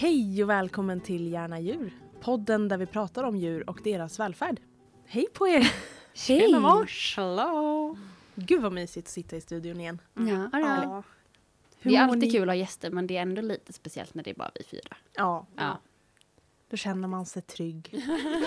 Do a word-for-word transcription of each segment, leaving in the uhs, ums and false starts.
Hej och välkommen till Gärna djur. Podden där vi pratar om djur och deras välfärd. Hej på er! Tjena mors! Hallå! Gud vad mysigt att sitta i studion igen. Ja, ja. Hur Det är mår alltid ni? kul att ha gäster, men det är ändå lite speciellt när det är bara vi fyra. Ja, Ja. då känner man sig trygg.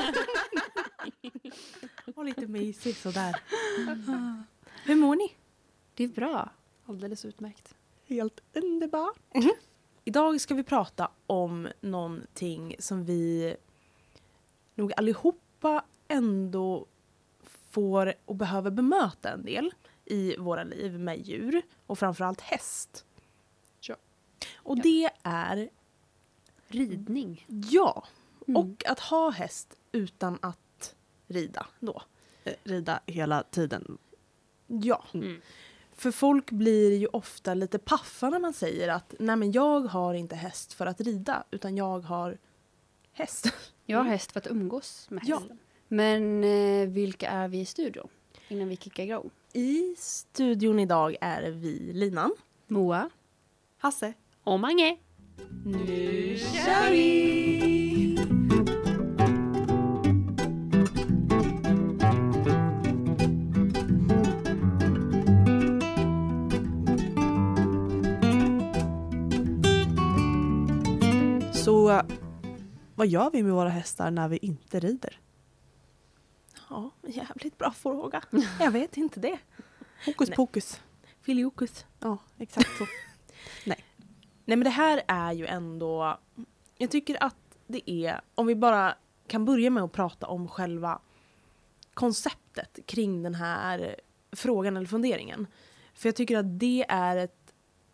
Och lite mysig sådär. Hur mår ni? Det är bra. Alldeles utmärkt. Helt underbart. Mm-hmm. Idag ska vi prata om någonting som vi nog allihopa ändå får och behöver bemöta en del i våra liv med djur. Och framförallt häst. Ja. Och Ja. det är, Ridning. ja, Mm. och att ha häst utan att rida då. Eh, rida hela tiden. Ja. Mm. För folk blir ju ofta lite paffa när man säger att nej men jag har inte häst för att rida utan jag har häst. Jag har häst för att umgås med Ja. hästen. Men eh, vilka är vi i studion? Innan vi kickar igång. I studion idag är vi Linan. Moa. Hasse. Och Mange. Nu kör vi! Så vad gör vi med våra hästar när vi inte rider? Ja, jävligt bra fråga. Jag vet inte det. Hokus Nej. pokus. Filiokus. Ja, exakt så. Nej men det här är ju ändå, jag tycker att det är, om vi bara kan börja med att prata om själva konceptet kring den här frågan eller funderingen. För jag tycker att det är ett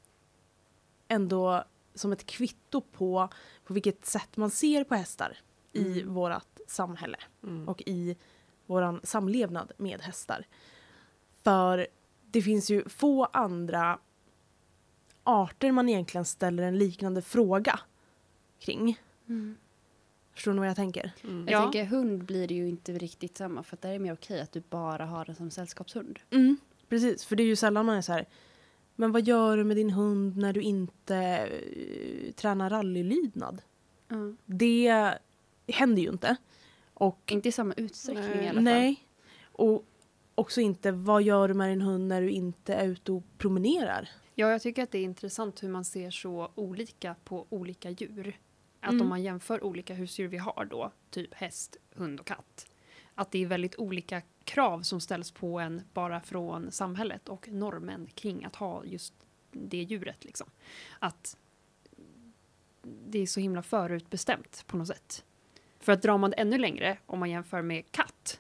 ändå som ett kvitto på, på vilket sätt man ser på hästar i Mm. vårat samhälle Mm. och i våran samlevnad med hästar. För det finns ju få andra arter man egentligen ställer en liknande fråga kring. Mm. Förstår ni vad jag tänker? Mm. Jag Ja. tänker hund blir det ju inte riktigt samma. För att det är mer okej att du bara har den som sällskapshund. Mm, precis, för det är ju sällan man är så här. Men vad gör du med din hund när du inte uh, tränar rallylydnad? Mm. Det händer ju inte. Och Inte i samma utsträckning Nej. i alla fall. nej. Och också inte, vad gör du med din hund när du inte är ute och promenerar? Ja, jag tycker att det är intressant hur man ser så olika på olika djur. Att Mm. om man jämför olika husdjur vi har då, typ häst, hund och katt. Att det är väldigt olika krav som ställs på en bara från samhället och normen kring att ha just det djuret. Liksom. Att det är så himla förutbestämt på något sätt. För att drar man det ännu längre, om man jämför med katt,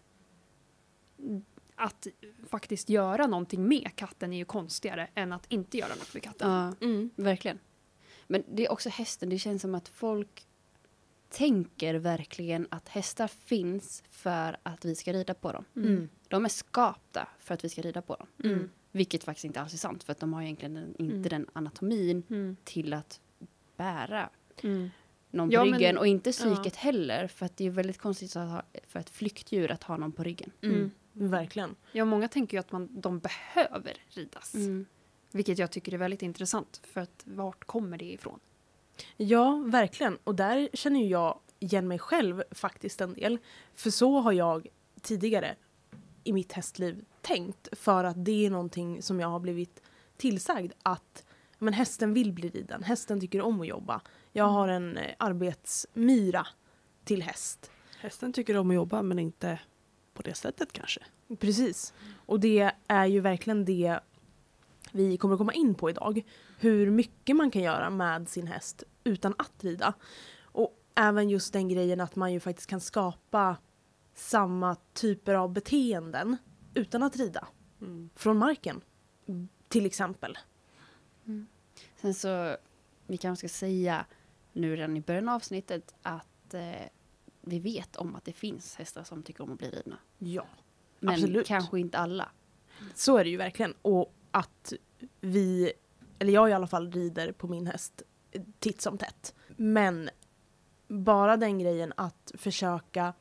att faktiskt göra någonting med katten är ju konstigare än att inte göra något med katten. Ja. Mm. Verkligen. Men det är också hästen. Det känns som att folk tänker verkligen att hästar finns för att vi ska rida på dem. Mm. De är skapta för att vi ska rida på dem. Mm. Vilket faktiskt inte alls är sant. För att de har egentligen den, inte Mm. den anatomin Mm. till att bära Mm. någon på Ja, men- ryggen. Och inte psyket ja. heller. För att det är väldigt konstigt att ha, för ett flyktdjur att ha någon på ryggen. Mm. Mm. Verkligen. Ja, många tänker ju att man, de behöver ridas. Mm. Vilket jag tycker är väldigt intressant. För att vart kommer det ifrån? Ja, verkligen. Och där känner ju jag igen mig själv faktiskt en del. För så har jag tidigare i mitt hästliv tänkt. För att det är någonting som jag har blivit tillsagd att men hästen vill bli riden. Hästen tycker om att jobba. Jag har en eh, arbetsmyra till häst. Hästen tycker om att jobba men inte på det sättet kanske. Precis. Och det är ju verkligen det vi kommer att komma in på idag. Hur mycket man kan göra med sin häst utan att rida. Och även just den grejen att man ju faktiskt kan skapa samma typer av beteenden utan att rida. Mm. Från marken, till exempel. Sen så, vi kanske ska säga nu redan i början av avsnittet att eh, vi vet om att det finns hästar som tycker om att bli ridna. Ja, Men absolut. kanske inte alla. Så är det ju verkligen. Och att vi, eller jag i alla fall, rider på min häst titt som tätt. Men bara den grejen att försöka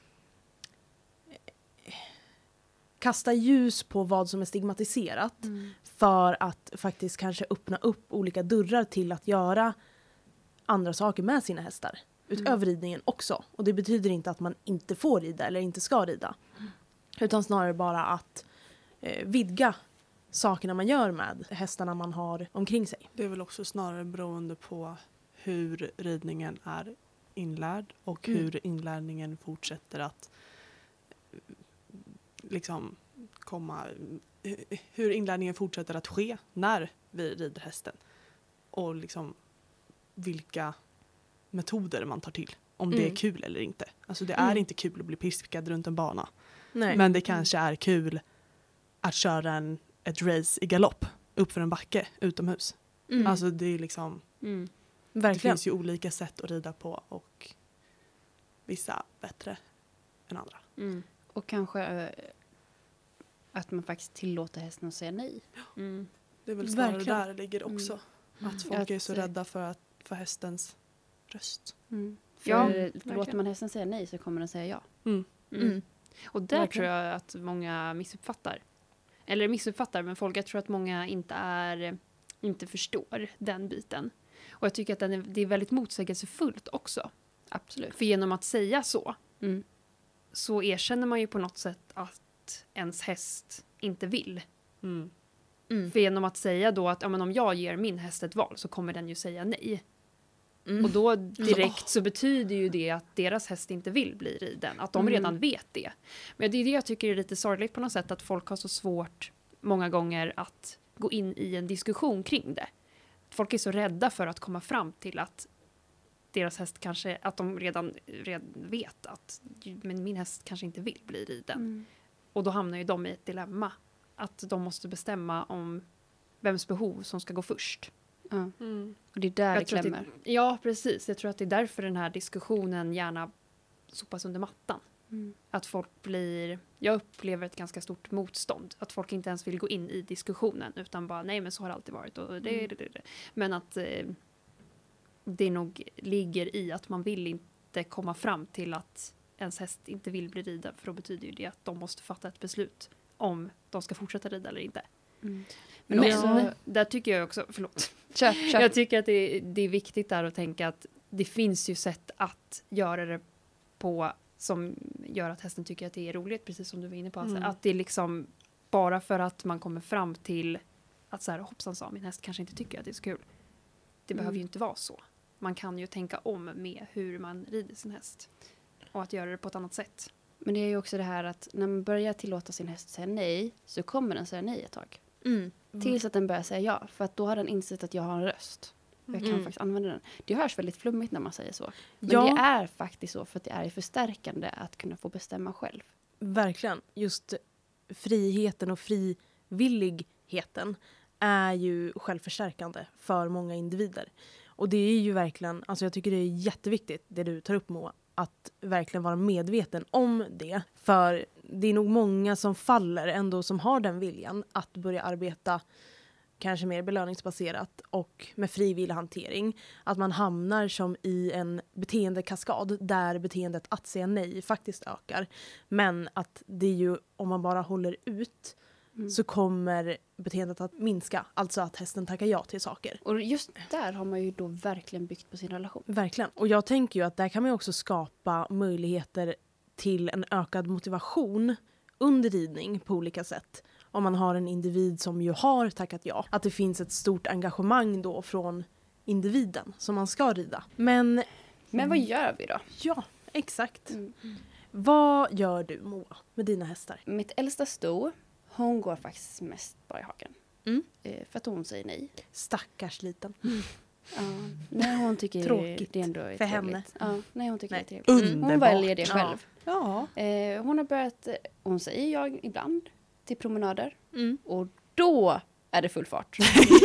kasta ljus på vad som är stigmatiserat Mm. för att faktiskt kanske öppna upp olika dörrar till att göra andra saker med sina hästar. Utöver Mm. ridningen också. Och det betyder inte att man inte får rida eller inte ska rida. Utan snarare bara att eh, vidga sakerna man gör med hästarna man har omkring sig. Det är väl också snarare beroende på hur ridningen är inlärd och Mm. hur inlärningen fortsätter att eh, liksom komma, hur inlärningen fortsätter att ske när vi rider hästen. Och liksom vilka metoder man tar till. Om det Mm. är kul eller inte. Alltså det Mm. är inte kul att bli piskad runt en bana. Nej. Men det kanske är kul att köra en, ett race i galopp upp för en backe utomhus. Mm. Alltså det är liksom, Mm. det Verkligen. finns ju olika sätt att rida på och vissa bättre än andra. Mm. Och kanske eh, att man faktiskt tillåter hästen att säga nej. Mm. Det är väl snarare Verkligen. där det ligger också. Mm. Att folk Att, är så eh, rädda för, att, för hästens röst. Mm. För Ja, eh, verkligen. låter man hästen säga nej så kommer den säga ja. Mm. Mm. Och där Verkligen. tror jag att många missuppfattar. Eller missuppfattar, men folk, jag tror att många inte är inte förstår den biten. Och jag tycker att den är, det är väldigt motsägelsefullt också. Absolut. För genom att säga så, Mm. så erkänner man ju på något sätt att ens häst inte vill. Mm. Mm. För genom att säga då att ja, men om jag ger min häst ett val så kommer den ju säga nej. Mm. Och då direkt så betyder ju det att deras häst inte vill bli riden. Att de Mm. redan vet det. Men det är det jag tycker är lite sorgligt på något sätt. Att folk har så svårt många gånger att gå in i en diskussion kring det. Folk är så rädda för att komma fram till att deras häst kanske, att de redan, redan vet att men min häst kanske inte vill bli riden. Mm. Och då hamnar ju de i ett dilemma. Att de måste bestämma om vems behov som ska gå först. Ja. Mm. Och det är där Jag det tror att klämmer. Det, ja, precis. Jag tror att det är därför den här diskussionen gärna sopas under mattan. Mm. Att folk blir... Jag upplever ett ganska stort motstånd. Att folk inte ens vill gå in i diskussionen. Utan bara, nej men så har det alltid varit. Och det, Mm. det, det, det. Men att eh, det nog ligger i att man vill inte komma fram till att ens häst inte vill bli riden. För då betyder ju det att de måste fatta ett beslut om de ska fortsätta rida eller inte. Mm. Men, Men också- där tycker jag också... Förlåt. Kör, kör. Jag tycker att det är, det är viktigt där att tänka att det finns ju sätt att göra det på som gör att hästen tycker att det är roligt, precis som du var inne på. Alltså, Mm. att det är liksom bara för att man kommer fram till att så här, hoppsan sa, min häst kanske inte tycker att det är så kul. Det Mm. behöver ju inte vara så. Man kan ju tänka om med hur man rider sin häst. Och att göra det på ett annat sätt. Men det är ju också det här att när man börjar tillåta sin häst säga nej så kommer den säga nej ett tag. Mm. Tills att den börjar säga ja. För att då har den insett att jag har en röst. Och jag kan Mm. faktiskt använda den. Det hörs väldigt flummigt när man säger så. Men Ja. det är faktiskt så för att det är förstärkande att kunna få bestämma själv. Verkligen. Just friheten och frivilligheten är ju självförstärkande för många individer. Och det är ju verkligen, alltså jag tycker det är jätteviktigt det du tar upp, Moa, att verkligen vara medveten om det. För det är nog många som faller ändå som har den viljan att börja arbeta kanske mer belöningsbaserat och med frivillig hantering. Att man hamnar som i en beteendekaskad där beteendet att säga nej faktiskt ökar. Men att det är ju, om man bara håller ut Mm. så kommer beteendet att minska. Alltså att hästen tackar ja till saker. Och just där har man ju då verkligen byggt på sin relation. Verkligen. Och jag tänker ju att där kan man ju också skapa möjligheter till en ökad motivation under ridning på olika sätt. Om man har en individ som ju har tackat ja. Att det finns ett stort engagemang då från individen som man ska rida. Men Men vad gör vi då? ja, exakt. Mm. Vad gör du, Moa, med dina hästar? Mitt äldsta sto, hon går faktiskt mest bara i haken. Mm. Eh, för att hon säger nej. Stackars liten. Ja. Nej, hon tycker Tråkigt det ändå är för trevligt. henne. Ja, nej, hon tycker Nej. det är trevligt. Underbart. Hon väljer det Ja. själv. Ja. Eh, hon har börjat, eh, hon säger jag ibland till promenader. Mm. Och då är det full fart.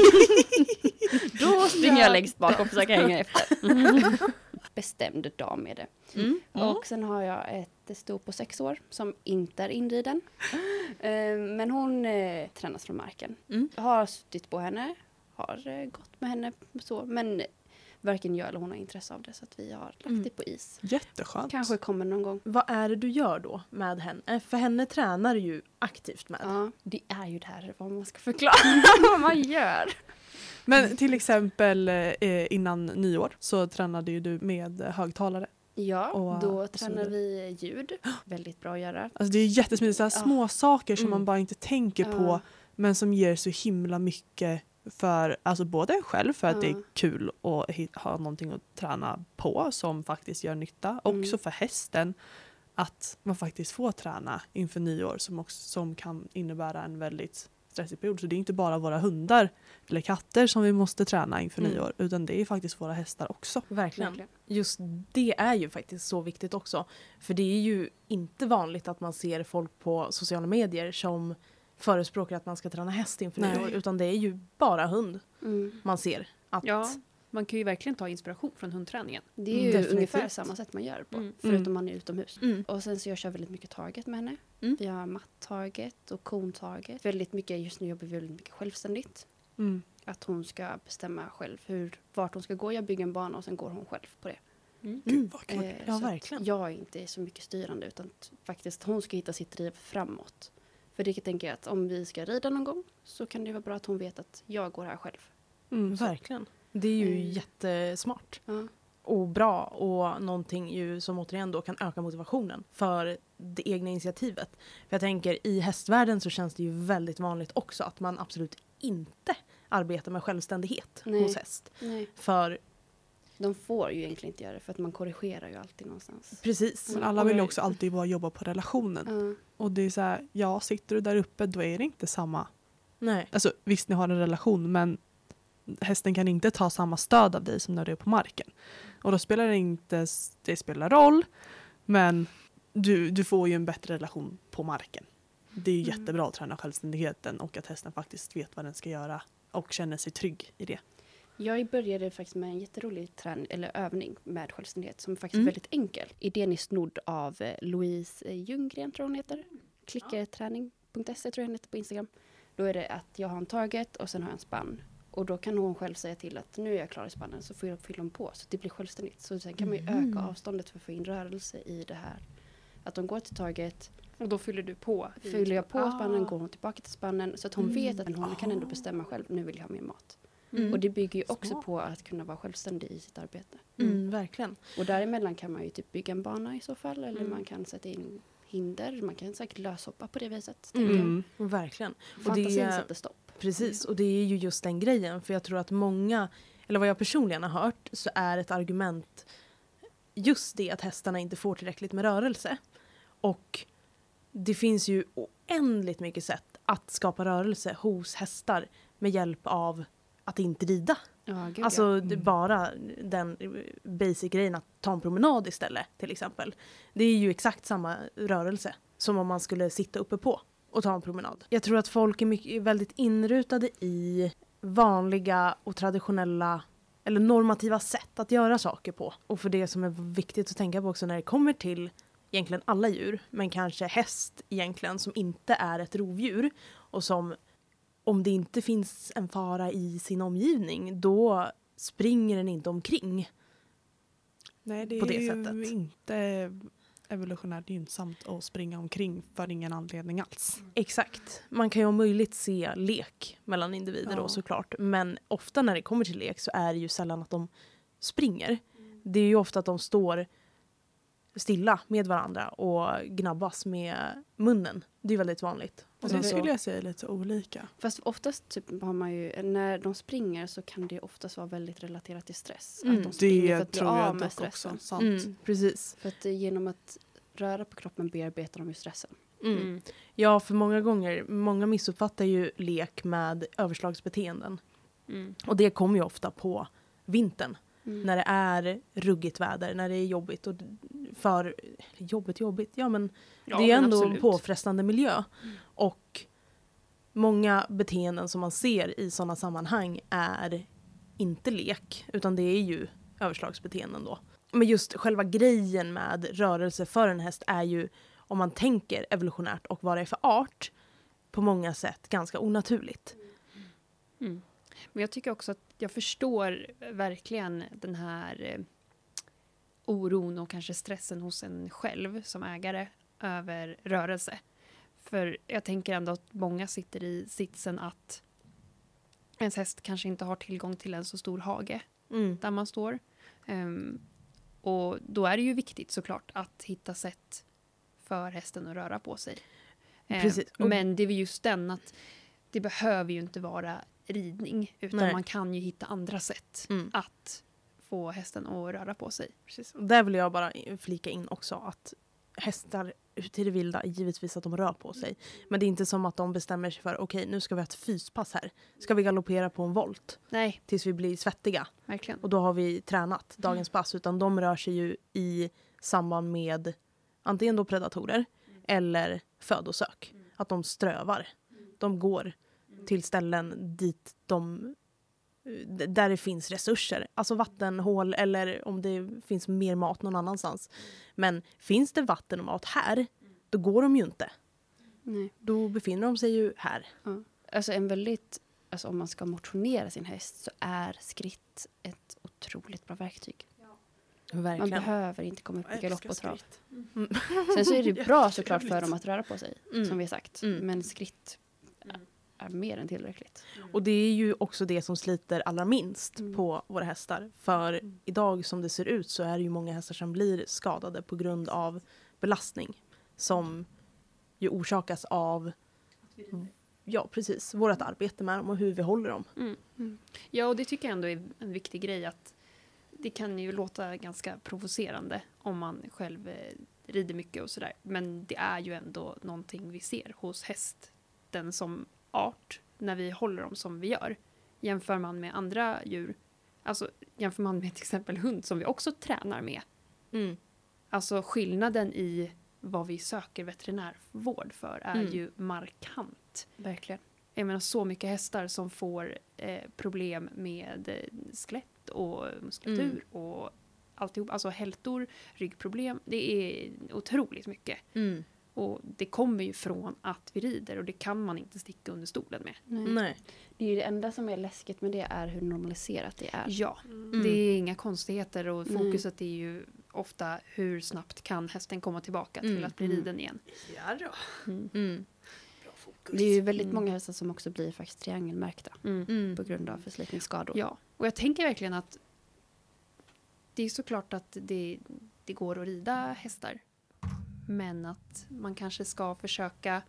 Då springer jag längst bak och försöker hänga efter. Bestämd dam är det. Mm. Och sen har jag ett sto på sex år som inte är inriden. Eh, men hon eh, tränas från marken. Mm. Jag har suttit på henne, har eh, gått med henne så. Men varken jag eller hon har intresse av det så att vi har lagt Mm. det på is. Jätteskönt. Kanske kommer någon gång. Vad är det du gör då med henne? För henne tränar du ju aktivt med. Ja, det är ju det här vad man ska förklara vad man gör. Men till exempel eh, innan nyår så tränade ju du med högtalare. Ja, Och- då och så tränar vidare. vi ljud. Väldigt bra att göra. Alltså det är jättesmidigt, så här Ja. små saker som Mm. man bara inte tänker Ja. på men som ger så himla mycket för alltså både en själv för att Ja. det är kul att hi- ha någonting att träna på som faktiskt gör nytta. Mm. Också för hästen att man faktiskt får träna inför nyår som, också, som kan innebära en väldigt stressig period. Så det är inte bara våra hundar eller katter som vi måste träna inför Mm. nyår utan det är faktiskt våra hästar också. Verkligen. Verkligen. Just det är ju faktiskt så viktigt också. För det är ju inte vanligt att man ser folk på sociala medier som förespråkar att man ska träna häst inför Nej. nyår. Utan det är ju bara hund Mm. man ser. Att, Ja, man kan ju verkligen ta inspiration från hundträningen. Det är ju Definitivt. ungefär samma sätt man gör på. Mm. Förutom Mm. man är utomhus. Mm. Och sen så jag kör väldigt mycket taget med henne. Mm. Vi har mattaget och kontaget. Väldigt mycket, just nu jobbar vi väldigt mycket självständigt. Mm. Att hon ska bestämma själv hur, vart hon ska gå. Jag bygger en bana och sen går hon själv på det. Mm. Gud vad kul. Eh, Ja, så att verkligen. jag är inte så mycket styrande utan att faktiskt hon ska hitta sitt driv framåt. För det tänker jag att om vi ska rida någon gång så kan det vara bra att hon vet att jag går här själv. Mm. Verkligen. Det är ju Mm. jättesmart. Ja. Och bra och någonting ju som återigen då kan öka motivationen för det egna initiativet. För jag tänker i hästvärlden så känns det ju väldigt vanligt också att man absolut inte arbetar med självständighet Nej. hos häst. Nej, För de får ju egentligen inte göra det för att man korrigerar ju alltid någonstans. precis. Men alla vill ju Och- också alltid bara jobba på relationen. Ja. Och det är så här, ja, sitter du där uppe då är det inte samma. Nej. Alltså visst, ni har en relation men hästen kan inte ta samma stöd av dig som när du är på marken. Och då spelar det inte, det spelar roll, men du, du får ju en bättre relation på marken. Det är ju Mm. jättebra att träna självständigheten och att hästen faktiskt vet vad den ska göra och känner sig trygg i det. Jag började faktiskt med en jätterolig trän- eller övning med självständighet som faktiskt Mm. är väldigt enkel. Idén är snodd av eh, Louise eh, Ljunggren tror hon heter. Klickerträning punkt se tror jag hon heter på Instagram. Då är det att jag har en target och sen har jag en spann. Och då kan hon själv säga till att nu är jag klar i spannen så får jag fylla hon på så det blir självständigt. Så sen kan man ju Mm. öka avståndet för att få in rörelse i det här. Att de går till target, Och då fyller du på. i- fyller jag på Ah. spannen, går hon tillbaka till spannen. Så att hon Mm. vet att hon kan ändå bestämma själv, nu vill jag ha mer mat. Mm. Och det bygger ju också Smart. på att kunna vara självständig i sitt arbete. Mm, verkligen. Och däremellan kan man ju typ bygga en bana i så fall. Eller Mm. man kan sätta in hinder. Man kan säkert löshoppa på det viset. tänker Mm. Verkligen. jag. Och Fantasin det, sätter stopp. precis, och det är ju just den grejen. För jag tror att många, eller vad jag personligen har hört, så är ett argument just det att hästarna inte får tillräckligt med rörelse. Och det finns ju oändligt mycket sätt att skapa rörelse hos hästar med hjälp av att inte rida. Ja, gud Alltså ja. det är Mm. bara den basic grejen att ta en promenad istället till exempel. Det är ju exakt samma rörelse som om man skulle sitta uppe på och ta en promenad. Jag tror att folk är, mycket, är väldigt inrutade i vanliga och traditionella eller normativa sätt att göra saker på. Och för det som är viktigt att tänka på också när det kommer till egentligen alla djur, men kanske häst egentligen som inte är ett rovdjur och som om det inte finns en fara i sin omgivning då springer den inte omkring. Nej, det På är det ju sättet. inte evolutionärt gynnsamt att springa omkring för ingen anledning alls. Exakt. Man kan ju om möjligt se lek mellan individer Ja. då såklart. Men ofta när det kommer till lek så är det ju sällan att de springer. Det är ju ofta att de står stilla med varandra och gnabbas med munnen. Det är väldigt vanligt. Och Och sen det så, skulle jag säga är lite olika. Fast oftast typ har man ju, när de springer så kan det oftast vara väldigt relaterat till stress. Mm. Att de springer för Det att bli tror av jag med dock stressen. också. Sant. mm, precis. För att eh, genom att röra på kroppen bearbetar de ju stressen. Mm. Mm. Ja, för många gånger, många missuppfattar ju lek med överslagsbeteenden. Mm. Och det kommer ju ofta på vintern. Mm. När det är ruggigt väder, när det är jobbigt. Och för jobbigt, jobbigt. Ja, men Ja, det är men ändå en absolut. påfrestande miljö. Mm. Och många beteenden som man ser i sådana sammanhang är inte lek, utan det är ju överslagsbeteenden då. Men just själva grejen med rörelse för en häst är ju, om man tänker evolutionärt och vad det är för art, på många sätt ganska onaturligt. Mm. Men jag tycker också att jag förstår verkligen den här eh, oron och kanske stressen hos en själv som ägare över rörelse. För jag tänker ändå att många sitter i sitsen att ens häst kanske inte har tillgång till en så stor hage Mm. där man står. Um, och då är det ju viktigt såklart att hitta sätt för hästen att röra på sig. Eh, Precis. Och- Men det är väl just den att det behöver ju inte vara ridning, utan Nej. man kan ju hitta andra sätt Mm. att få hästen att röra på sig. Precis. Och där vill jag bara flika in också att hästar ute i det vilda, givetvis att de rör på sig. Men det är inte som att de bestämmer sig för okej, nu ska vi ha ett fyspass här. Ska vi galoppera på en volt Nej, tills vi blir svettiga. verkligen. Och då har vi tränat dagens pass. Utan de rör sig ju i samband med antingen då predatorer eller födosök. Att de strövar. De går till ställen dit de d- där det finns resurser. Alltså vattenhål eller om det finns mer mat någon annanstans. Men finns det vatten och mat här, då går de ju inte. Nej. Då befinner de sig ju här. Ja. Alltså en väldigt, alltså om man ska motionera sin häst så är skritt ett otroligt bra verktyg. Man Verkligen. behöver inte komma upp i Jag galopp älskar och trav. skritt. Sen så är det bra såklart Jättetrevligt. för dem att röra på sig, Mm. som vi har sagt. Mm. Men skritt är, är mer än tillräckligt. Och det är ju också det som sliter allra minst Mm. på våra hästar. För Mm. idag som det ser ut så är det ju många hästar som blir skadade på grund av belastning. Som ju orsakas av ja, precis, vårt arbete med dem och hur vi håller dem. Mm. Mm. Ja, och det tycker jag ändå är en viktig grej att det kan ju låta ganska provocerande om man själv eh, rider mycket och sådär. Men det är ju ändå någonting vi ser hos hästen som art när vi håller dem som vi gör. Jämför man med andra djur, alltså jämför man med till exempel hund som vi också tränar med. Mm. Alltså skillnaden i vad vi söker veterinärvård för är Mm. ju markant. Verkligen. Jag menar så mycket hästar som får eh, problem med eh, skelett och muskulatur och alltihop. Alltså hältor, ryggproblem. Det är otroligt mycket. Mm. Och det kommer ju från att vi rider och det kan man inte sticka under stolen med. Nej. Nej. Det är ju det enda som är läskigt med det är hur normaliserat det är. Ja, Mm. det är inga konstigheter och Nej. fokuset är ju ofta hur snabbt kan hästen komma tillbaka till Mm. att bli Mm. riden igen. Ja då. Mm. Mm. Bra fokus. Det är ju väldigt Mm. många hästar som också blir faktiskt triangelmärkta Mm. Mm. på grund av förslitningsskador. Ja, och jag tänker verkligen att det är såklart att det, det går att rida hästar. Men att man kanske ska försöka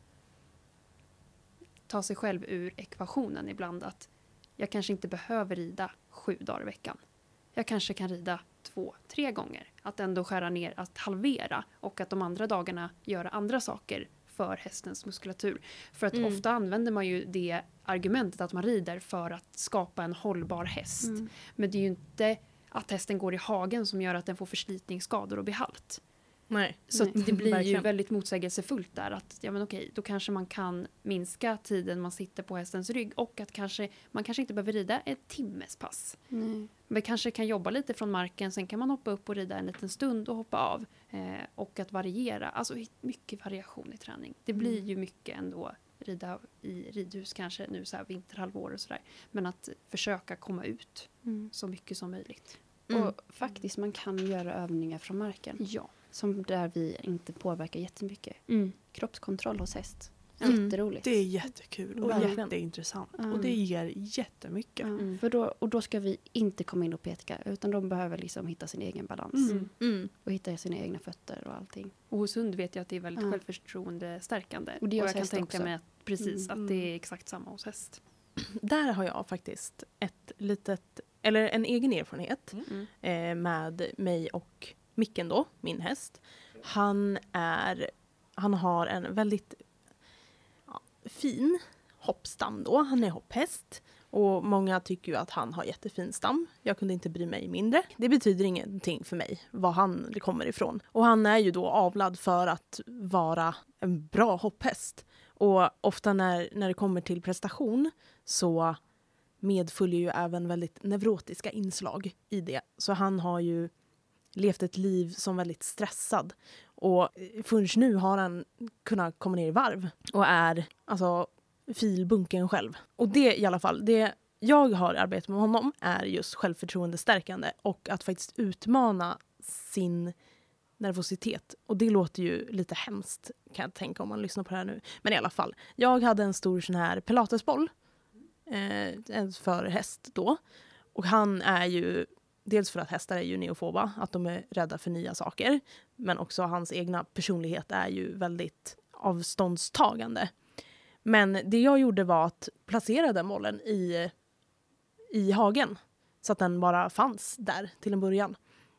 ta sig själv ur ekvationen ibland. Att jag kanske inte behöver rida sju dagar i veckan. Jag kanske kan rida två, tre gånger. Att ändå skära ner, att halvera. Och att de andra dagarna göra andra saker för hästens muskulatur. För att Mm. ofta använder man ju det argumentet att man rider för att skapa en hållbar häst. Mm. Men det är ju inte att hästen går i hagen som gör att den får förslitningsskador och blir halt. Nej. Så att Nej. det blir ju Verkligen. väldigt motsägelsefullt där. Att ja, men okej, då kanske man kan minska tiden man sitter på hästens rygg. Och att kanske, man kanske inte behöver rida ett timmespass. Nej. Men kanske kan jobba lite från marken. Sen kan man hoppa upp och rida en liten stund och hoppa av. Eh, och att variera. Alltså mycket variation i träning. Det blir Mm. ju mycket ändå. Rida i ridhus kanske nu så här vinterhalvår och sådär. Men att försöka komma ut Mm. så mycket som möjligt. Mm. Och faktiskt man kan göra övningar från marken. Ja. Som där vi inte påverkar jättemycket. Mm. Kroppskontroll hos häst. Mm. Jätteroligt. Det är jättekul och Verkligen. jätteintressant. Mm. Och det ger jättemycket. Ja, Mm. för då, och då ska vi inte komma in och petka. Utan de behöver liksom hitta sin egen balans. Mm. Mm. Och hitta sina egna fötter och allting. Och hos hund vet jag att det är väldigt Ja. självförtroendestärkande. Och det är jag hos kan häst tänka också. mig att, precis Mm. att det är exakt samma hos häst. Där har jag faktiskt ett litet, eller en egen erfarenhet Mm. eh, med mig och Micken då, min häst. Han är, han har en väldigt ja, fin hoppstam då. Han är hopphäst. Och många tycker ju att han har jättefin stam. Jag kunde inte bry mig mindre. Det betyder ingenting för mig var han kommer ifrån. Och han är ju då avlad för att vara en bra hopphäst. Och ofta när, när det kommer till prestation så medföljer ju även väldigt neurotiska inslag i det. Så han har ju levt ett liv som väldigt stressad. Och förrän nu har han kunnat komma ner i varv. Och är alltså filbunken själv. Och det i alla fall, det jag har arbetat med honom är just självförtroendestärkande. Och att faktiskt utmana sin nervositet. Och det låter ju lite hemskt kan jag tänka om man lyssnar på det här nu. Men i alla fall, jag hade en stor sån här pilatesboll eh, för häst då. Och han är ju, dels för att hästar är ju neofoba, att de är rädda för nya saker. Men också hans egna personlighet är ju väldigt avståndstagande. Men det jag gjorde var att placera den bollen i, i hagen. Så att den bara fanns där till en början.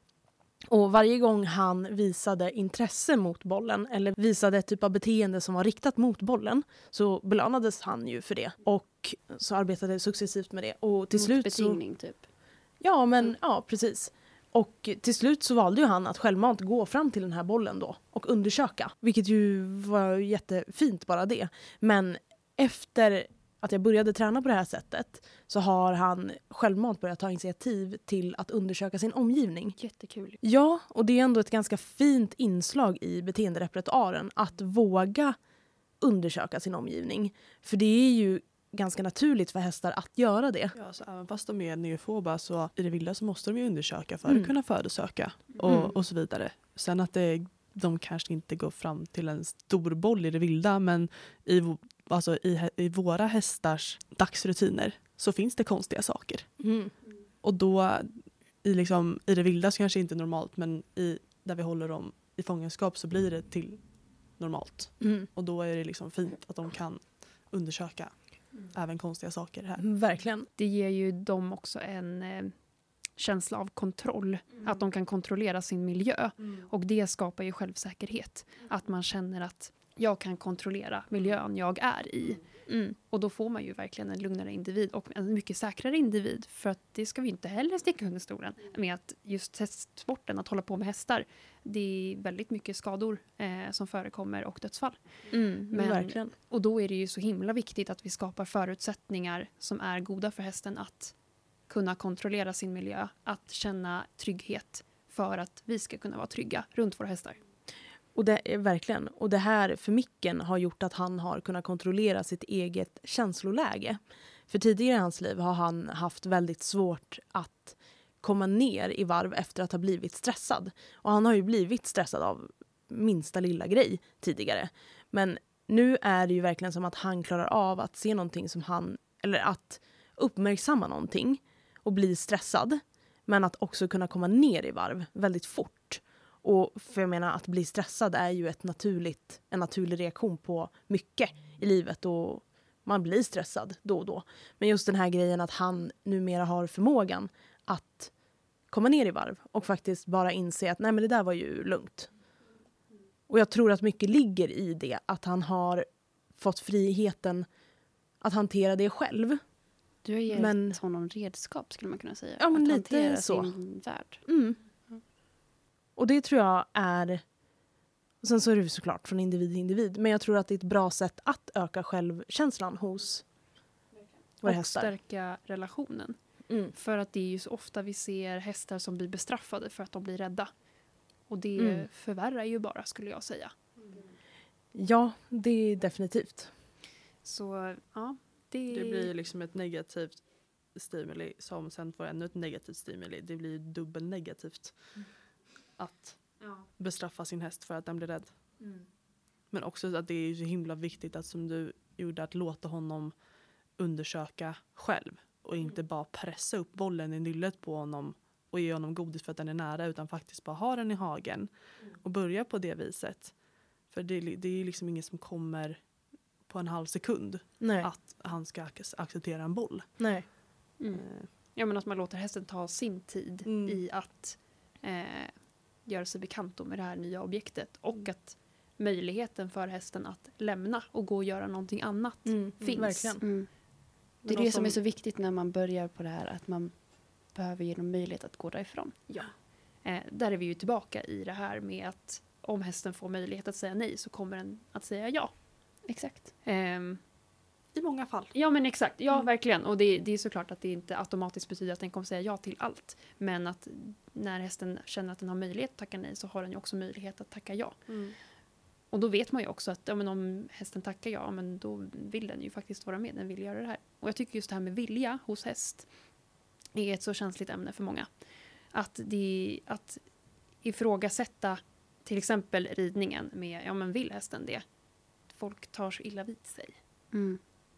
Och varje gång han visade intresse mot bollen eller visade ett typ av beteende som var riktat mot bollen så belönades han ju för det. Och så arbetade successivt med det. Och till Mot slut så... betingning typ. Ja, men ja, precis. Och till slut så valde ju han att självmant gå fram till den här bollen då och undersöka. Vilket ju var jättefint bara det. Men efter att jag började träna på det här sättet så har han självmant börjat ta initiativ till att undersöka sin omgivning. Jättekul. Ja, och det är ändå ett ganska fint inslag i beteenderepertoaren att våga undersöka sin omgivning. För det är ju ganska naturligt för hästar att göra det. Ja, så även fast de är neofoba så i det vilda så måste de ju undersöka för Mm. att kunna födosöka och, Mm. och så vidare. Sen att det, de kanske inte går fram till en stor boll i det vilda, men i, v- alltså i, i våra hästars dagsrutiner så finns det konstiga saker. Mm. Och då i, liksom, i det vilda så kanske inte är normalt, men i, där vi håller dem i fångenskap så blir det till normalt. Mm. Och då är det liksom fint att de kan undersöka även konstiga saker här. Verkligen. Det ger ju dem också en eh, känsla av kontroll. Att de kan kontrollera sin miljö. Och det skapar ju självsäkerhet. Att man känner att jag kan kontrollera miljön jag är i. Mm. Och då får man ju verkligen en lugnare individ och en mycket säkrare individ. För att det ska vi inte heller sticka under stolen med att just hästsporten, att hålla på med hästar, det är väldigt mycket skador eh, som förekommer och dödsfall. Mm. Men- Verkligen. Och då är det ju så himla viktigt att vi skapar förutsättningar som är goda för hästen att kunna kontrollera sin miljö, att känna trygghet för att vi ska kunna vara trygga runt våra hästar. Och det är verkligen. Och det här för Micken har gjort att han har kunnat kontrollera sitt eget känsloläge. För tidigare i hans liv har han haft väldigt svårt att komma ner i varv efter att ha blivit stressad. Och han har ju blivit stressad av minsta lilla grej tidigare. Men nu är det ju verkligen som att han klarar av att se någonting som han, eller att uppmärksamma någonting och bli stressad. Men att också kunna komma ner i varv väldigt fort. Och för jag menar att bli stressad är ju ett naturligt, en naturlig reaktion på mycket i livet och man blir stressad då och då. Men just den här grejen att han numera har förmågan att komma ner i varv och faktiskt bara inse att nej men det där var ju lugnt. Och jag tror att mycket ligger i det, att han har fått friheten att hantera det själv. Du har gett Men- honom redskap skulle man kunna säga. Ja, men att lite hantera så. sin värld. Mm. Och det tror jag är... Och sen så är det ju såklart från individ till individ. Men jag tror att det är ett bra sätt att öka självkänslan hos våra Och hästar. stärka relationen. Mm. För att det är ju så ofta vi ser hästar som blir bestraffade för att de blir rädda. Och det Mm. förvärrar ju bara, skulle jag säga. Ja, det är definitivt. Så ja, det, Det blir ju liksom ett negativt stimuli som sen får ännu ett negativt stimuli. Det blir dubbel negativt att ja. bestraffa sin häst för att den blir rädd. Mm. Men också att det är så himla viktigt att som du gjorde att låta honom undersöka själv och inte bara pressa upp bollen i nyllet på honom och ge honom godis för att den är nära, utan faktiskt bara ha den i hagen och börja på det viset. För det, det är liksom inget som kommer på en halv sekund Nej. att han ska ac- acceptera en boll. Nej. Mm. Eh, Ja, men att man låter hästen ta sin tid Mm. i att eh, göra sig bekant med det här nya objektet. Och att möjligheten för hästen att lämna och gå och göra någonting annat Mm. finns. Verkligen. Mm. Det Men är det de som är som- så viktigt när man börjar på det här. Att man behöver ge dem möjlighet att gå därifrån. Ja. Eh, där är vi ju tillbaka i det här med att om hästen får möjlighet att säga nej så kommer den att säga ja. Exakt. Ehm, I många fall. ja men exakt, ja Mm. verkligen. Och det, det är såklart att det inte automatiskt betyder att den kommer säga ja till allt. Men att när hästen känner att den har möjlighet att tacka nej så har den ju också möjlighet att tacka ja. Och då vet man ju också att ja, men om hästen tackar ja, men då vill den ju faktiskt vara med. Den vill göra det här. Och jag tycker just det här med vilja hos häst är ett så känsligt ämne för många. Att, det, att ifrågasätta till exempel ridningen med, ja men vill hästen det? Folk tar så illa vid sig. Mm.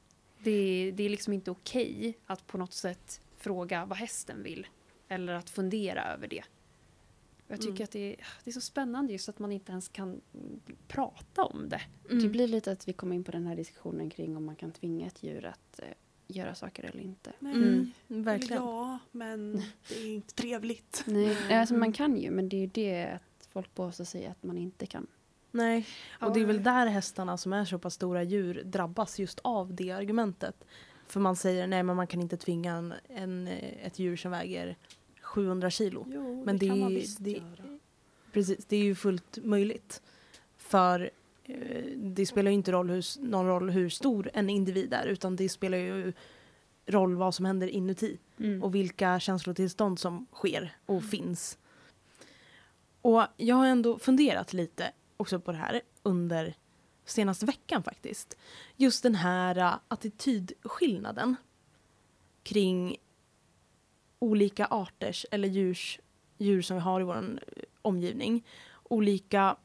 Det är, det är liksom inte okej att på något sätt fråga vad hästen vill. Eller att fundera över det. Jag tycker Mm. att det är, det är så spännande just att man inte ens kan prata om det. Mm. Det blir lite att vi kommer in på den här diskussionen kring om man kan tvinga ett djur att eh, göra saker eller inte. Nej, Mm, eller verkligen. ja, men det är inte trevligt. Nej, alltså man kan ju, men det är ju det att folk påstår sig att man inte kan. Nej, och det är väl där hästarna som är så pass stora djur drabbas just av det argumentet. För man säger nej, men man kan inte tvinga en, en, ett djur som väger sjuhundra kilo. Jo, Men det, det kan man är- visst det- göra. Precis, det är ju fullt möjligt. För eh, det spelar ju inte roll hur, s- någon roll hur stor en individ är, utan det spelar ju roll vad som händer inuti. Mm. Och vilka känslotillstånd som sker och finns. Och jag har ändå funderat lite också på det här under senaste veckan faktiskt. Just den här uh, attitydskillnaden kring olika arters eller djurs, djur som vi har i vår uh, omgivning. Olika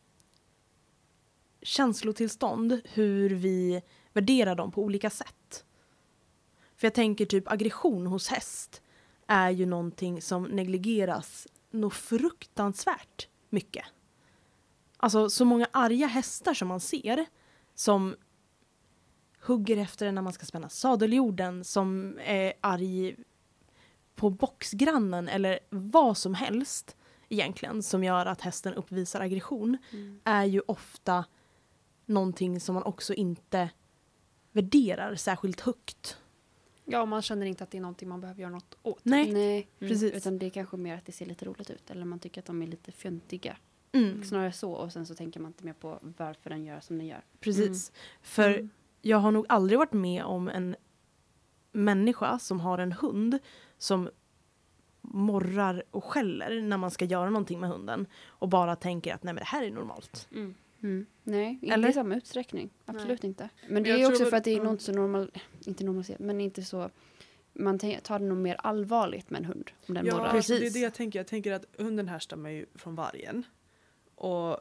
känslotillstånd, hur vi värderar dem på olika sätt. För jag tänker typ aggression hos häst är ju någonting som negligeras nog fruktansvärt mycket. Alltså så många arga hästar som man ser som hugger efter en när man ska spänna sadeljorden, som är arg på boxgrannen eller vad som helst egentligen som gör att hästen uppvisar aggression Mm. är ju ofta någonting som man också inte värderar särskilt högt. Ja, man känner inte att det är någonting man behöver göra något åt. Nej, Nej, precis. utan det är kanske mer att det ser lite roligt ut. Eller man tycker att de är lite fjöntiga. Mm, Snarare så, och sen så tänker man inte mer på varför den gör som den gör. precis. För Mm. jag har nog aldrig varit med om en människa som har en hund som morrar och skäller när man ska göra någonting med hunden och bara tänker att nej, men det här är normalt. Mm. Mm. Nej, inte Eller? i samma utsträckning. Absolut inte. Men det jag är tror också väl- för att det är mm. något så normal, inte normaliserat, men inte så, man tän- tar det nog mer allvarligt med en hund om den Ja, morrar. precis. det är det jag tänker. Jag tänker att hunden härstammar ju från vargen. Och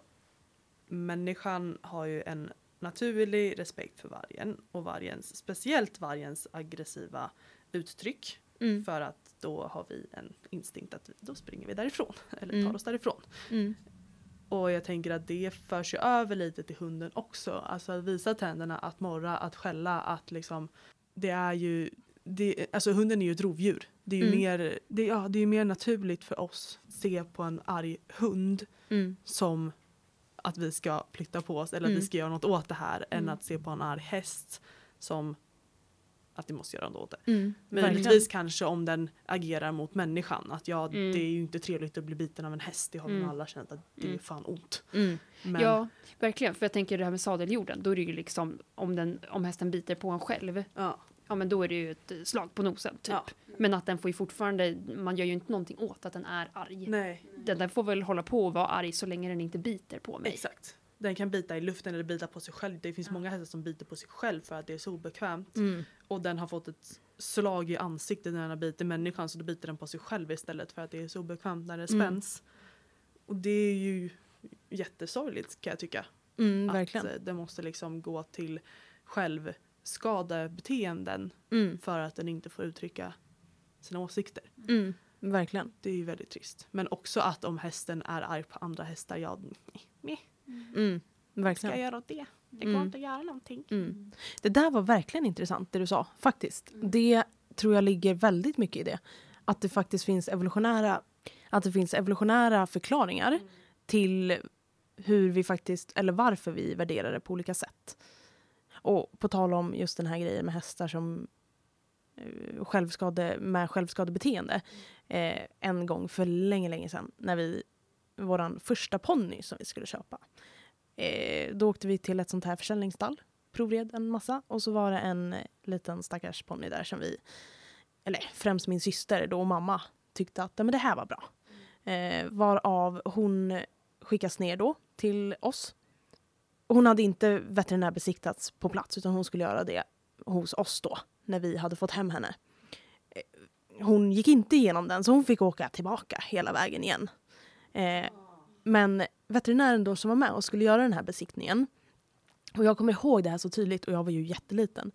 människan har ju en naturlig respekt för vargen. Och vargens, speciellt vargens aggressiva uttryck. Mm. För att då har vi en instinkt att vi, då springer vi därifrån. Eller tar Mm. oss därifrån. Mm. Och jag tänker att det förs ju över lite till hunden också. Alltså att visa tänderna, att morra, att skälla, att liksom, det är ju, det, alltså hunden är ju ett rovdjur. Det är ju Mm. mer, det, ja, det är ju mer naturligt för oss att se på en arg hund Mm. som att vi ska flytta på oss eller Mm. att vi ska göra något åt det här än Mm. att se på en arg häst som att vi måste göra något åt det. Mm. Möjligtvis Verkligen. kanske om den agerar mot människan. Att ja, Mm. det är ju inte trevligt att bli biten av en häst. Det har vi Mm. nog alla känt att det är Mm. fan ont. Mm. Men, Ja, verkligen. För jag tänker det här med sadeljorden. Då är det ju liksom om, den, om hästen biter på en själv. ja. Ja, men då är det ju ett eh, slag på nosen typ. Ja. Men att den får ju fortfarande, man gör ju inte någonting åt att den är arg. Nej, Den, den får väl hålla på och vara arg så länge den inte biter på mig. exakt. Den kan bita i luften eller bita på sig själv. Det finns många hästar som biter på sig själv för att det är så obekvämt. Mm. Och den har fått ett slag i ansiktet när den har bitit människan, så då biter den på sig själv istället för att det är så obekvämt när det Mm. spänns. Och det är ju jättesorgligt kan jag tycka. Mm, Att verkligen. eh, det måste liksom gå till självskadebeteenden Mm. för att den inte får uttrycka sina åsikter. Mm. Verkligen. Det är ju väldigt trist. Men också att om hästen är arg på andra hästar, ja, meh, Mm. ska Verkligen. jag göra åt det? Det går Mm. inte att göra någonting. Mm. Det där var verkligen intressant det du sa, faktiskt. Det tror jag ligger väldigt mycket i det. Att det faktiskt finns evolutionära, att det finns evolutionära förklaringar till hur vi faktiskt, eller varför vi värderar det på olika sätt. Och på tal om just den här grejen med hästar som eh, självskade, med självskadebeteende. Eh, en gång för länge, länge sedan när vi, våran första ponny som vi skulle köpa. Eh, då åkte vi till ett sånt här försäljningsstall, provred en massa och så var det en eh, liten stackars ponny där som vi, eller främst min syster då och mamma tyckte att men det här var bra. Eh, varav hon skickas ner då till oss. Hon hade inte veterinärbesiktats på plats utan hon skulle göra det hos oss då när vi hade fått hem henne. Eh, hon gick inte igenom den så hon fick åka tillbaka hela vägen igen. Eh, men veterinären då som var med och skulle göra den här besiktningen, och jag kommer ihåg det här så tydligt och jag var ju jätteliten,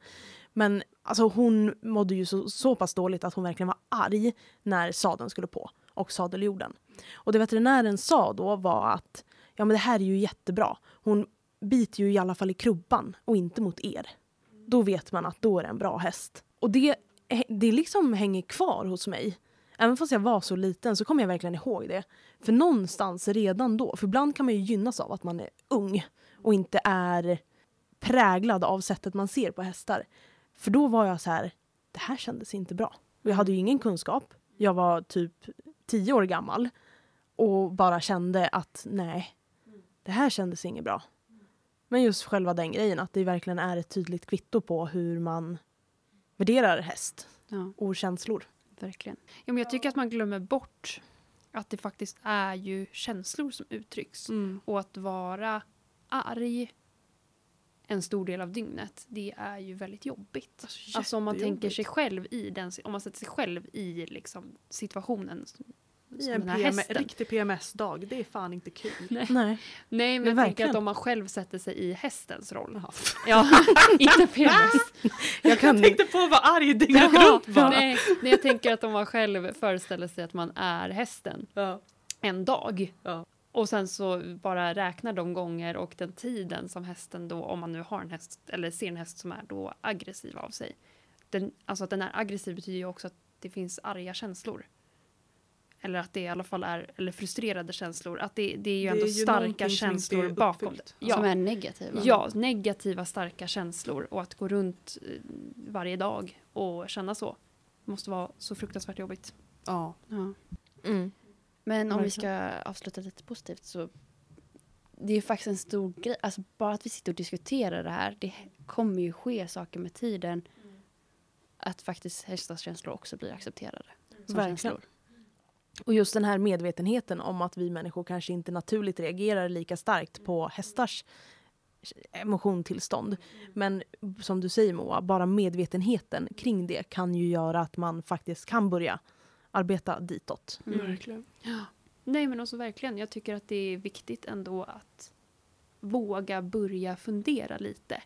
Men alltså, hon mådde ju så, så pass dåligt att hon verkligen var arg när sadeln skulle på och sadeljorden. Och det veterinären sa då var att ja, men det här är ju jättebra. Hon biter ju i alla fall i krubban och inte mot er. Då vet man att då är det en bra häst. Och det, det liksom hänger kvar hos mig. Även fast jag var så liten så kommer jag verkligen ihåg det. För någonstans redan då, för ibland kan man ju gynnas av att man är ung och inte är präglad av sättet man ser på hästar. För då var jag så här, det här kändes inte bra. Och jag hade ju ingen kunskap. Jag var typ tio år gammal och bara kände att nej, det här kändes inget bra. Men just själva den grejen, att det verkligen är ett tydligt kvitto på hur man värderar häst Ja, och känslor. verkligen. Ja, men jag tycker att man glömmer bort att det faktiskt är ju känslor som uttrycks. Mm. Och att vara arg en stor del av dygnet, det är ju väldigt jobbigt. Alltså, Alltså om man tänker jättejobbigt. sig själv i den, om man sätter sig själv i liksom situationen som, I som en den här P M- hästen. riktig P M S-dag, det är fan inte kul. Nej. Nej. Nej, men Men jag tänker verkligen. att om man själv sätter sig i hästens roll. Jaha. Ja, inte P M S. Jag kan Jag tänkte på att vara arg dygnet Jaha, runt bara. nej, nej, jag tänker att om man själv föreställer sig att man är hästen Ja. en dag. Ja. Och sen så bara räknar de gånger och den tiden som hästen då, om man nu har en häst eller ser en häst som är då aggressiv av sig. Den, alltså att den är aggressiv betyder ju också att det finns arga känslor. Eller att det i alla fall är, eller frustrerade känslor. Att det, det är ju Det ändå är ju starka någonting som inte känslor är bakom det. uppfyllt. Ja. Som är negativa. Ja, negativa starka känslor och att gå runt eh, varje dag och känna så måste vara så fruktansvärt jobbigt. Ja. Ja. Mm. Men om vi Verkligen. ska avsluta lite positivt så det är ju faktiskt en stor grej. Alltså bara att vi sitter och diskuterar det här, det kommer ju ske saker med tiden. Att faktiskt hästars känslor också blir accepterade. Som Verkligen. känslor. Och just den här medvetenheten om att vi människor kanske inte naturligt reagerar lika starkt på hästars emotionstillstånd. Men som du säger Moa, bara medvetenheten kring det kan ju göra att man faktiskt kan börja arbeta ditåt. Mm. Verkligen. Nej, men också verkligen. Jag tycker att det är viktigt ändå att våga börja fundera lite.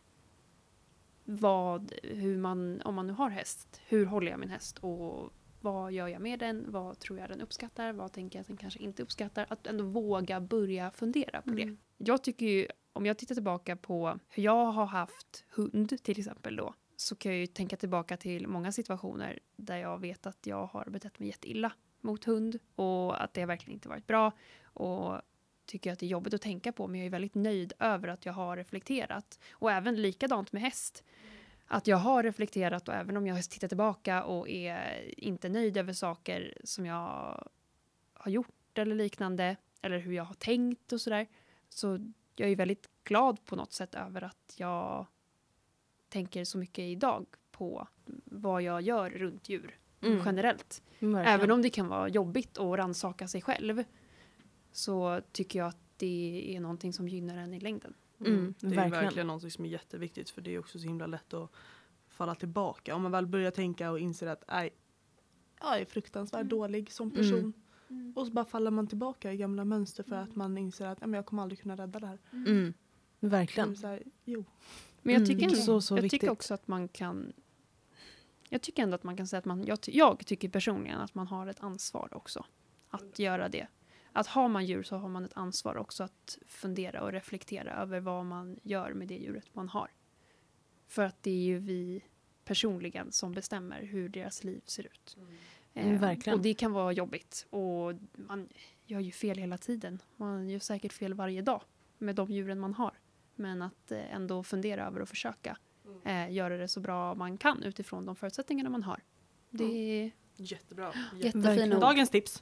Vad, hur man, om man nu har häst, hur håller jag min häst och vad gör jag med den? Vad tror jag den uppskattar? Vad tänker jag att den kanske inte uppskattar? Att ändå våga börja fundera på Mm. det. Jag tycker ju, om jag tittar tillbaka på hur jag har haft hund till exempel då, så kan jag ju tänka tillbaka till många situationer där jag vet att jag har betett mig jätteilla mot hund och att det verkligen inte varit bra och tycker att det är jobbigt att tänka på, men jag är väldigt nöjd över att jag har reflekterat. Och även likadant med häst. Att jag har reflekterat och även om jag tittar tillbaka och är inte nöjd över saker som jag har gjort eller liknande, eller hur jag har tänkt och sådär, så jag är väldigt glad på något sätt över att jag tänker så mycket idag på vad jag gör runt djur Mm. generellt. Verkligen. Även om det kan vara jobbigt att rannsaka sig själv, så tycker jag att det är någonting som gynnar en i längden. Mm, Det är verkligen. verkligen något som är jätteviktigt, för det är också så himla lätt att falla tillbaka. Om man väl börjar tänka och inser att nej, jag är fruktansvärt Mm. dålig som person. Mm. Och så bara faller man tillbaka i gamla mönster för att man inser att nej, men jag kommer aldrig kunna rädda det här. Mm. Mm. Verkligen. Så här, jo. Men jag tycker, Mm, ändå, så, så jag viktigt. tycker också att man kan... Jag tycker ändå att man kan säga att man... Jag, ty, jag tycker personligen att man har ett ansvar också. Att göra det. Att har man djur så har man ett ansvar också att fundera och reflektera över vad man gör med det djuret man har. För att det är ju vi personligen som bestämmer hur deras liv ser ut. Mm, Eh, verkligen. Och det kan vara jobbigt. Och man gör ju fel hela tiden. Man gör säkert fel varje dag med de djuren man har. Men att eh, ändå fundera över och försöka eh, göra det så bra man kan utifrån de förutsättningarna man har. Det är... Jättebra. Jättefina ord. Dagens tips.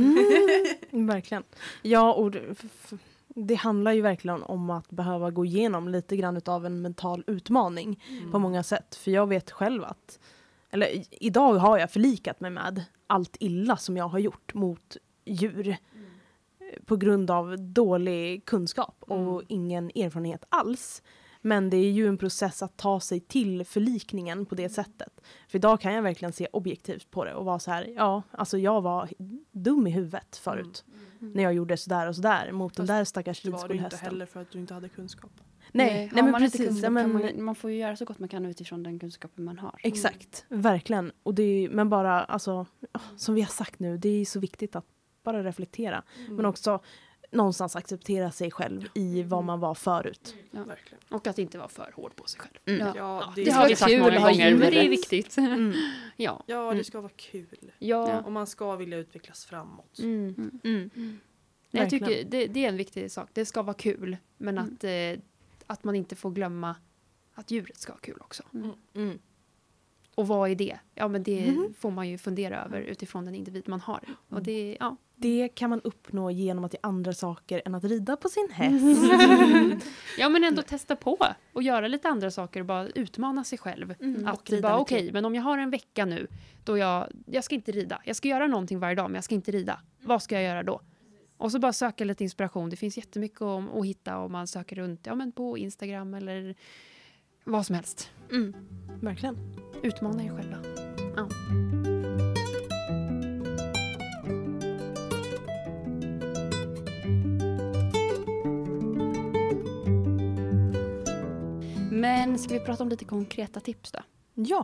Mm, verkligen. Ja, och det, f- f- det handlar ju verkligen om att behöva gå igenom lite grann av en mental utmaning Mm. på många sätt. För jag vet själv att, eller i- idag har jag förlikat mig med allt illa som jag har gjort mot djur. eh, På grund av dålig kunskap och Mm. ingen erfarenhet alls. Men det är ju en process att ta sig till förlikningen på det sättet. För idag kan jag verkligen se objektivt på det och vara så här, ja, alltså jag var dum i huvudet förut. Mm. När jag gjorde sådär och sådär mot den Fast där stackars Det var det inte ridskolehästen. heller för att du inte hade kunskap. Nej, Nej, nej men man inte precis. kunskap Ja, men, kan man, man får ju göra så gott man kan utifrån den kunskapen man har. exakt, verkligen. Och det är, men bara, alltså, som vi har sagt nu, det är så viktigt att bara reflektera. Mm. Men också någonstans acceptera sig själv i vad man var förut. Ja. Verkligen. Och att inte vara för hård på sig själv. Mm. Ja. Ja, Det, det, har vi sagt kul många att ha gånger, men det är djuret. viktigt. Mm. Ja. ja, det Mm. ska vara kul. Ja. Och man ska vilja utvecklas framåt. Mm. Mm. Nej, jag Verkligen. tycker det, det är en viktig sak. Det ska vara kul, men Mm. att, eh, att man inte får glömma att djuret ska ha kul också. Mm. Och vad är det? Ja, men det Mhm. får man ju fundera över utifrån den individ man har. Och det, ja. Det kan man uppnå genom att göra andra saker än att rida på sin häst. ja, men ändå testa på och göra lite andra saker och bara utmana sig själv. Mm. Att Och rida bara, lite. okej, men om jag har en vecka nu då jag, jag ska inte rida. Jag ska göra någonting varje dag, men jag ska inte rida. Vad ska jag göra då? Och så bara söka lite inspiration. Det finns jättemycket om, att hitta om man söker runt ja, men på Instagram eller vad som helst. Mm. Verkligen. Utmana er själva. Ja. Men ska vi prata om lite konkreta tips då? Ja.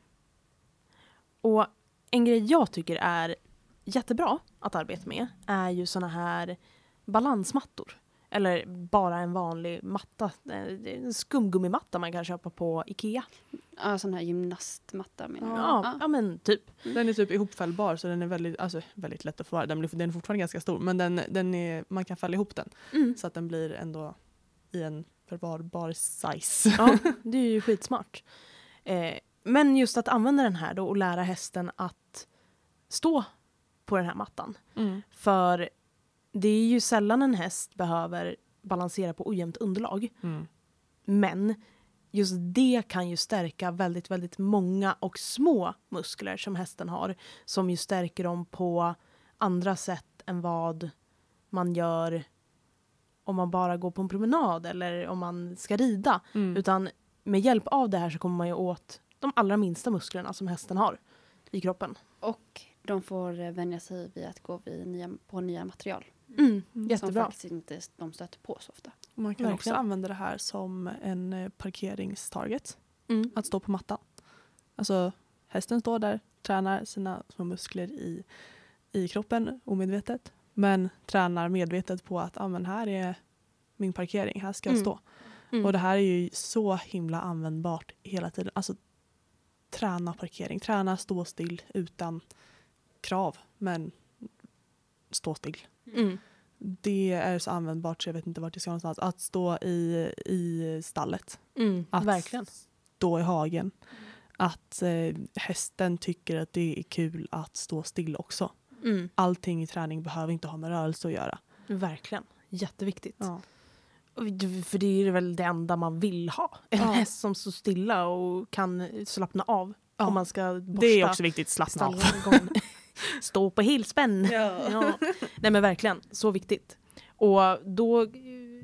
Och en grej jag tycker är jättebra att arbeta med är ju såna här balansmattor. Eller bara en vanlig matta. En skumgummimatta man kan köpa på Ikea. Ja, sån här gymnastmatta menar jag. Ja, Ja. ja men typ. Den är typ ihopfällbar så den är väldigt, alltså, väldigt lätt att förvara. Den, blir, den är fortfarande ganska stor men den, den är, man kan fälla ihop den. Mm. Så att den blir ändå i en förvarbar size. Ja, det är ju skitsmart. Eh, men just att använda den här då och lära hästen att stå på den här mattan. Mm. För det är ju sällan en häst behöver balansera på ojämnt underlag. Mm. Men just det kan ju stärka väldigt, väldigt många och små muskler som hästen har. Som ju stärker dem på andra sätt än vad man gör om man bara går på en promenad eller om man ska rida. Mm. Utan med hjälp av det här så kommer man ju åt de allra minsta musklerna som hästen har i kroppen. Och de får eh, vänja sig vid att gå vid nya, på nya material. Mm, Som jättebra. faktiskt inte de stöter på så ofta. Man kan Verkligen. också använda det här som en eh, parkeringstarget. Mm. Att stå på mattan. Alltså hästen står där, tränar sina små muskler i, i kroppen omedvetet. Men tränar medvetet på att ah, men här är min parkering, här ska jag Mm. stå. Mm. Och det här är ju så himla användbart hela tiden. Alltså träna parkering, träna stå still utan krav. Men stå still. Mm. Det är så användbart så jag vet inte vart jag ska någonstans. Att stå i, i stallet. Mm, Att verkligen. stå i hagen. Att eh, hästen tycker att det är kul att stå still också. Mm, Allting i träning behöver inte ha med rörelse att göra. verkligen. Jätteviktigt. Ja. Och d- För det är väl det enda man vill ha. En Ja. häst som står stilla och kan slappna av. Ja. Om man ska borsta Det är också viktigt, slappna av. stallgången. Stå på helspänn. Ja. Nej men verkligen, så viktigt. Och då eh,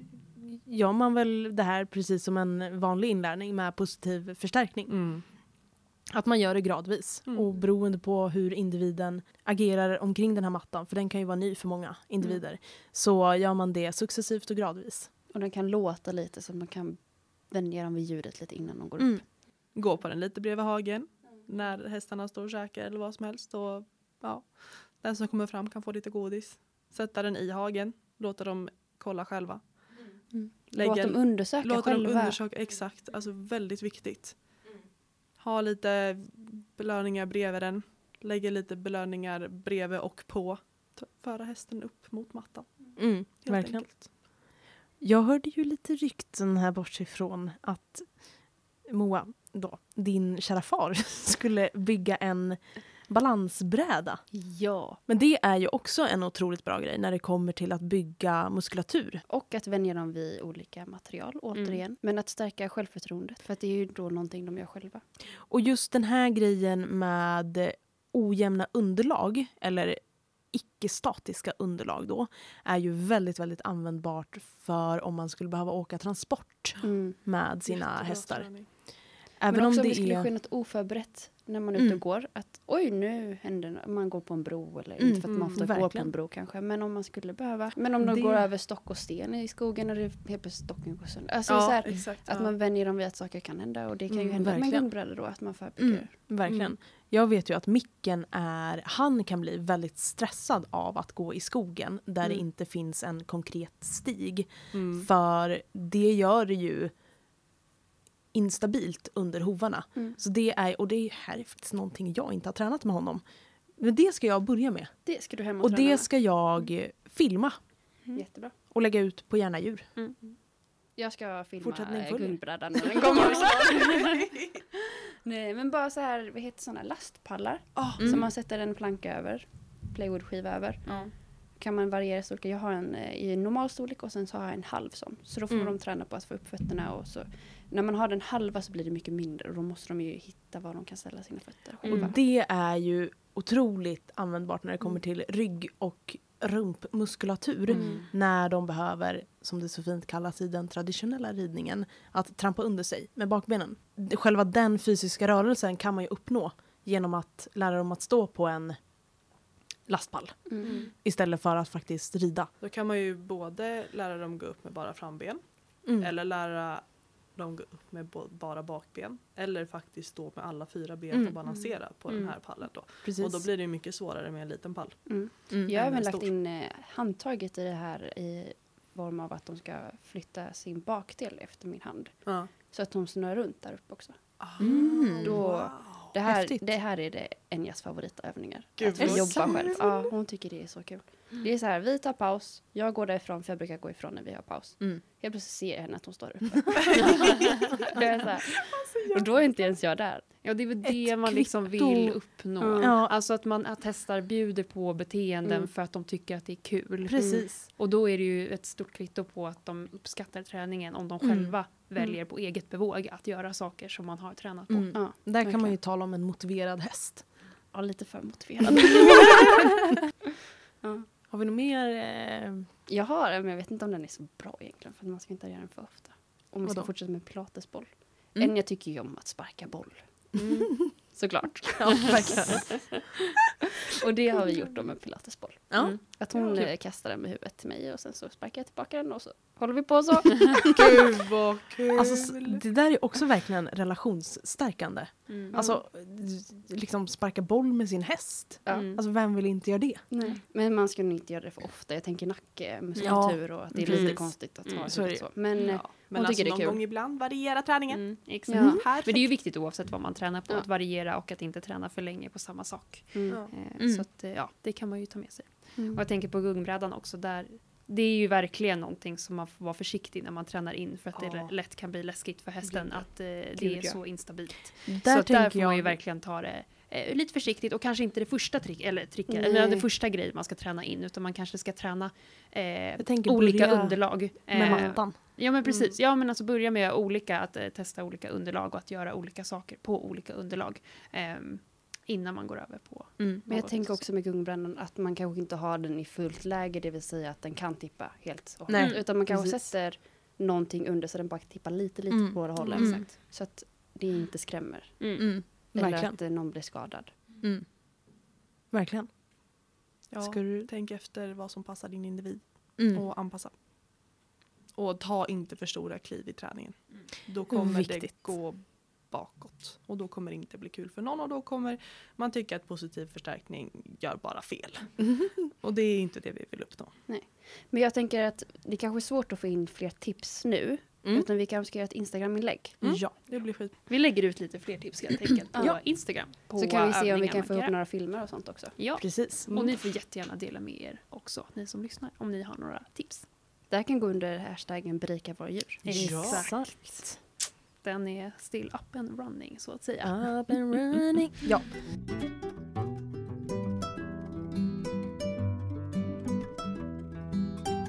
gör man väl det här precis som en vanlig inlärning med positiv förstärkning. Mm. Att man gör det gradvis. Mm. Och beroende på hur individen agerar omkring den här mattan, för den kan ju vara ny för många individer, Mm. så gör man det successivt och gradvis. Och den kan låta lite så att man kan vänja dem vid ljudet lite innan de går upp. Mm. Gå på den lite bredvid hagen. När hästarna står och käkar eller vad som helst. Och, ja, den som kommer fram kan få lite godis. Sätta den i hagen. Låta dem kolla själva. Mm. Lägga Låt dem undersöka Låta dem själva. undersöka, exakt. Alltså väldigt viktigt. Ha lite belöningar bredvid den. Lägga lite belöningar bredvid och på. Ta- Föra hästen upp mot mattan. Mm, Helt verkligen. enkelt. Jag hörde ju lite rykten här bortifrån att Moa, då, din kära far, skulle bygga en balansbräda. Ja, Men det är ju också en otroligt bra grej när det kommer till att bygga muskulatur. och att vänja dem vid olika material återigen. Men att stärka självförtroendet. För att det är ju då någonting de gör själva. Och just den här grejen med ojämna underlag, eller icke-statiska underlag då är ju väldigt, väldigt användbart för om man skulle behöva åka transport Mm. med sina Jättebra hästar. träning. Även Men om också om det det skulle är... ske något oförberett när man är ute Mm. och går. Att oj, nu händer det. Man går på en bro. Eller Mm, inte för att man mm, ofta går på verkligen. en bro kanske. Men om man skulle behöva. Men om de Det- går över stock och sten i skogen och det helt plötsligt stocken går sönder. Alltså Ja, så här, exakt. att ja. man vänjer dem vid att saker kan hända. Och det kan ju Mm, hända med verkligen. gungbrädor då. Att man förebygger. Mm, verkligen. Mm. Jag vet ju att Micken är, han kan bli väldigt stressad av att gå i skogen där det Mm. inte finns en konkret stig. Mm. För det gör det ju instabilt under hovarna. Mm. Så det är, och det här är faktiskt någonting jag inte har tränat med honom. Men det ska jag börja med. Det ska du hem och, Och träna det med. ska jag filma Jättebra. och lägga ut på Gärna djur. Jag ska filma Fortsättning eh, följer. gungbrädan när den kommer också. Nej, men bara så här, vad heter sådana lastpallar. Ah, Mm. Som man sätter en planka över. Plywoodskiva över. Ja. Kan man variera storlek. Jag har en eh, i normal storlek och sen så har jag en halv sån. Så då får Mm. de träna på att få upp fötterna. Och så, när man har den halva så blir det mycket mindre. Och då måste de ju hitta var de kan ställa sina fötter Och själva. det är ju otroligt användbart när det kommer Mm. till rygg- och rumpmuskulatur. Mm. När de behöver, som det så fint kallas i den traditionella ridningen, att trampa under sig med bakbenen. Själva den fysiska rörelsen kan man ju uppnå genom att lära dem att stå på en lastpall Mm. istället för att faktiskt rida. Då kan man ju både lära dem gå upp med bara framben Mm. eller lära dem gå upp med bo- bara bakben eller faktiskt stå med alla fyra ben Mm. och balansera på Mm. den här pallen då. Precis. Och då blir det ju mycket svårare med en liten pall. Mm. Mm. Jag har än även en lagt stor. in eh, handtaget i det här i form av att de ska flytta sin bakdel efter min hand. Ja. Så att de snurrar runt där uppe också. Mm. Då- Wow. Det här, Häftigt. det här är det Enjas favoritövningar. Gud, att få vad jobba sant? själv. Ja, hon tycker det är så kul. Det är så här, vi tar paus. Jag går därifrån för jag brukar gå ifrån när vi har paus. Mm. Helt plötsligt ser jag henne att hon står uppe. det är så här. Och då är inte ens jag där. Ja, det är väl det Ett man liksom kvitto. vill uppnå. Mm. Ja. Alltså att man att testar bjuder på beteenden Mm. för att de tycker att det är kul. Precis. Och då är det ju ett stort kvitto på att de uppskattar träningen om de Mm. själva väljer på eget bevåg att göra saker som man har tränat på. Mm. Ja, Där kan man ju verkligen. tala om en motiverad häst. Ja, lite för motiverad. ja. Har vi något mer? Eh, Jag har en, men jag vet inte om den är så bra egentligen. För man ska inte göra den för ofta. Om vi ska Vadå? fortsätta med pilatesboll. Mm. En jag tycker ju om att sparka boll. Såklart. ja, verkligen. Och det har vi gjort då med pilatesboll. Ja. Mm. Att hon Kul. eh, kastar den med huvudet till mig och sen så sparkar jag tillbaka den och så håller vi på så. Gud vad kul! Alltså, s- det där är också verkligen relationsstärkande. Mm. Alltså, d- liksom sparka boll med sin häst. Ja. Mm. Alltså, vem vill inte göra det? Nej. Men man ska nog inte göra det för ofta. Jag tänker nackmuskulatur och att det är lite precis. konstigt att ha Mm, det så är det så. Men eh, Ja. Men hon alltså tycker det är någon kul. gång ibland variera träningen. Mm, exakt. Ja. Perfekt. Men det är ju viktigt oavsett vad man tränar på, Ja. att variera och att inte träna för länge på samma sak. Mm. Ja. Eh, Mm. Så att, eh, ja, det kan man ju ta med sig. Mm. Och jag tänker på gungbrädan också, där det är ju verkligen någonting som man får vara försiktig när man tränar in för att Ja. det lätt kan bli läskigt för hästen Gud, ja. att eh, det Gud, är ja. så instabilt. Där så att där tänker får man ju jag... verkligen ta det eh, lite försiktigt och kanske inte det första trick, eller tricket, Nej. eller det första grejen man ska träna in, utan man kanske ska träna eh, Jag tänker olika börja underlag. med Eh, mattan. Ja men precis, ja men alltså börja med olika, att eh, testa olika underlag och att göra olika saker på olika underlag ehm, innan man går över på. Mm. Men jag något tänker så- också med gungbrädan att man kanske inte har den i fullt läge, det vill säga att den kan tippa helt och Nej, hållet. Utan man kanske precis. sätter någonting under så den bara tippar lite, lite Mm. på båda hållen. Mm. Så att det inte skrämmer. Mm. Mm. Eller Verkligen. att eh, någon blir skadad. Mm. Verkligen. Ja, Ska du... tänk efter vad som passar din individ Mm. och anpassa. Och ta inte för stora kliv i träningen. Då kommer Viktigt. det gå bakåt. Och då kommer det inte bli kul för någon. Och då kommer man tycka att positiv förstärkning gör bara fel. Och det är inte det vi vill uppnå. Men jag tänker att det kanske är svårt att få in fler tips nu. Mm. Utan vi kanske ska göra ett Instagram-inlägg. Mm. Ja. Det blir skit. Vi lägger ut lite fler tips helt enkelt på Ja. Instagram. På Så kan vi se om vi övningar kan man få ihop göra. några filmer och sånt också. Ja, Precis. och ni får jättegärna dela med er också, ni som lyssnar, om ni har några tips. Det här kan gå under hashtaggen berika våra djur. Exakt. Den är still up and running så att säga. Up and running. Ja.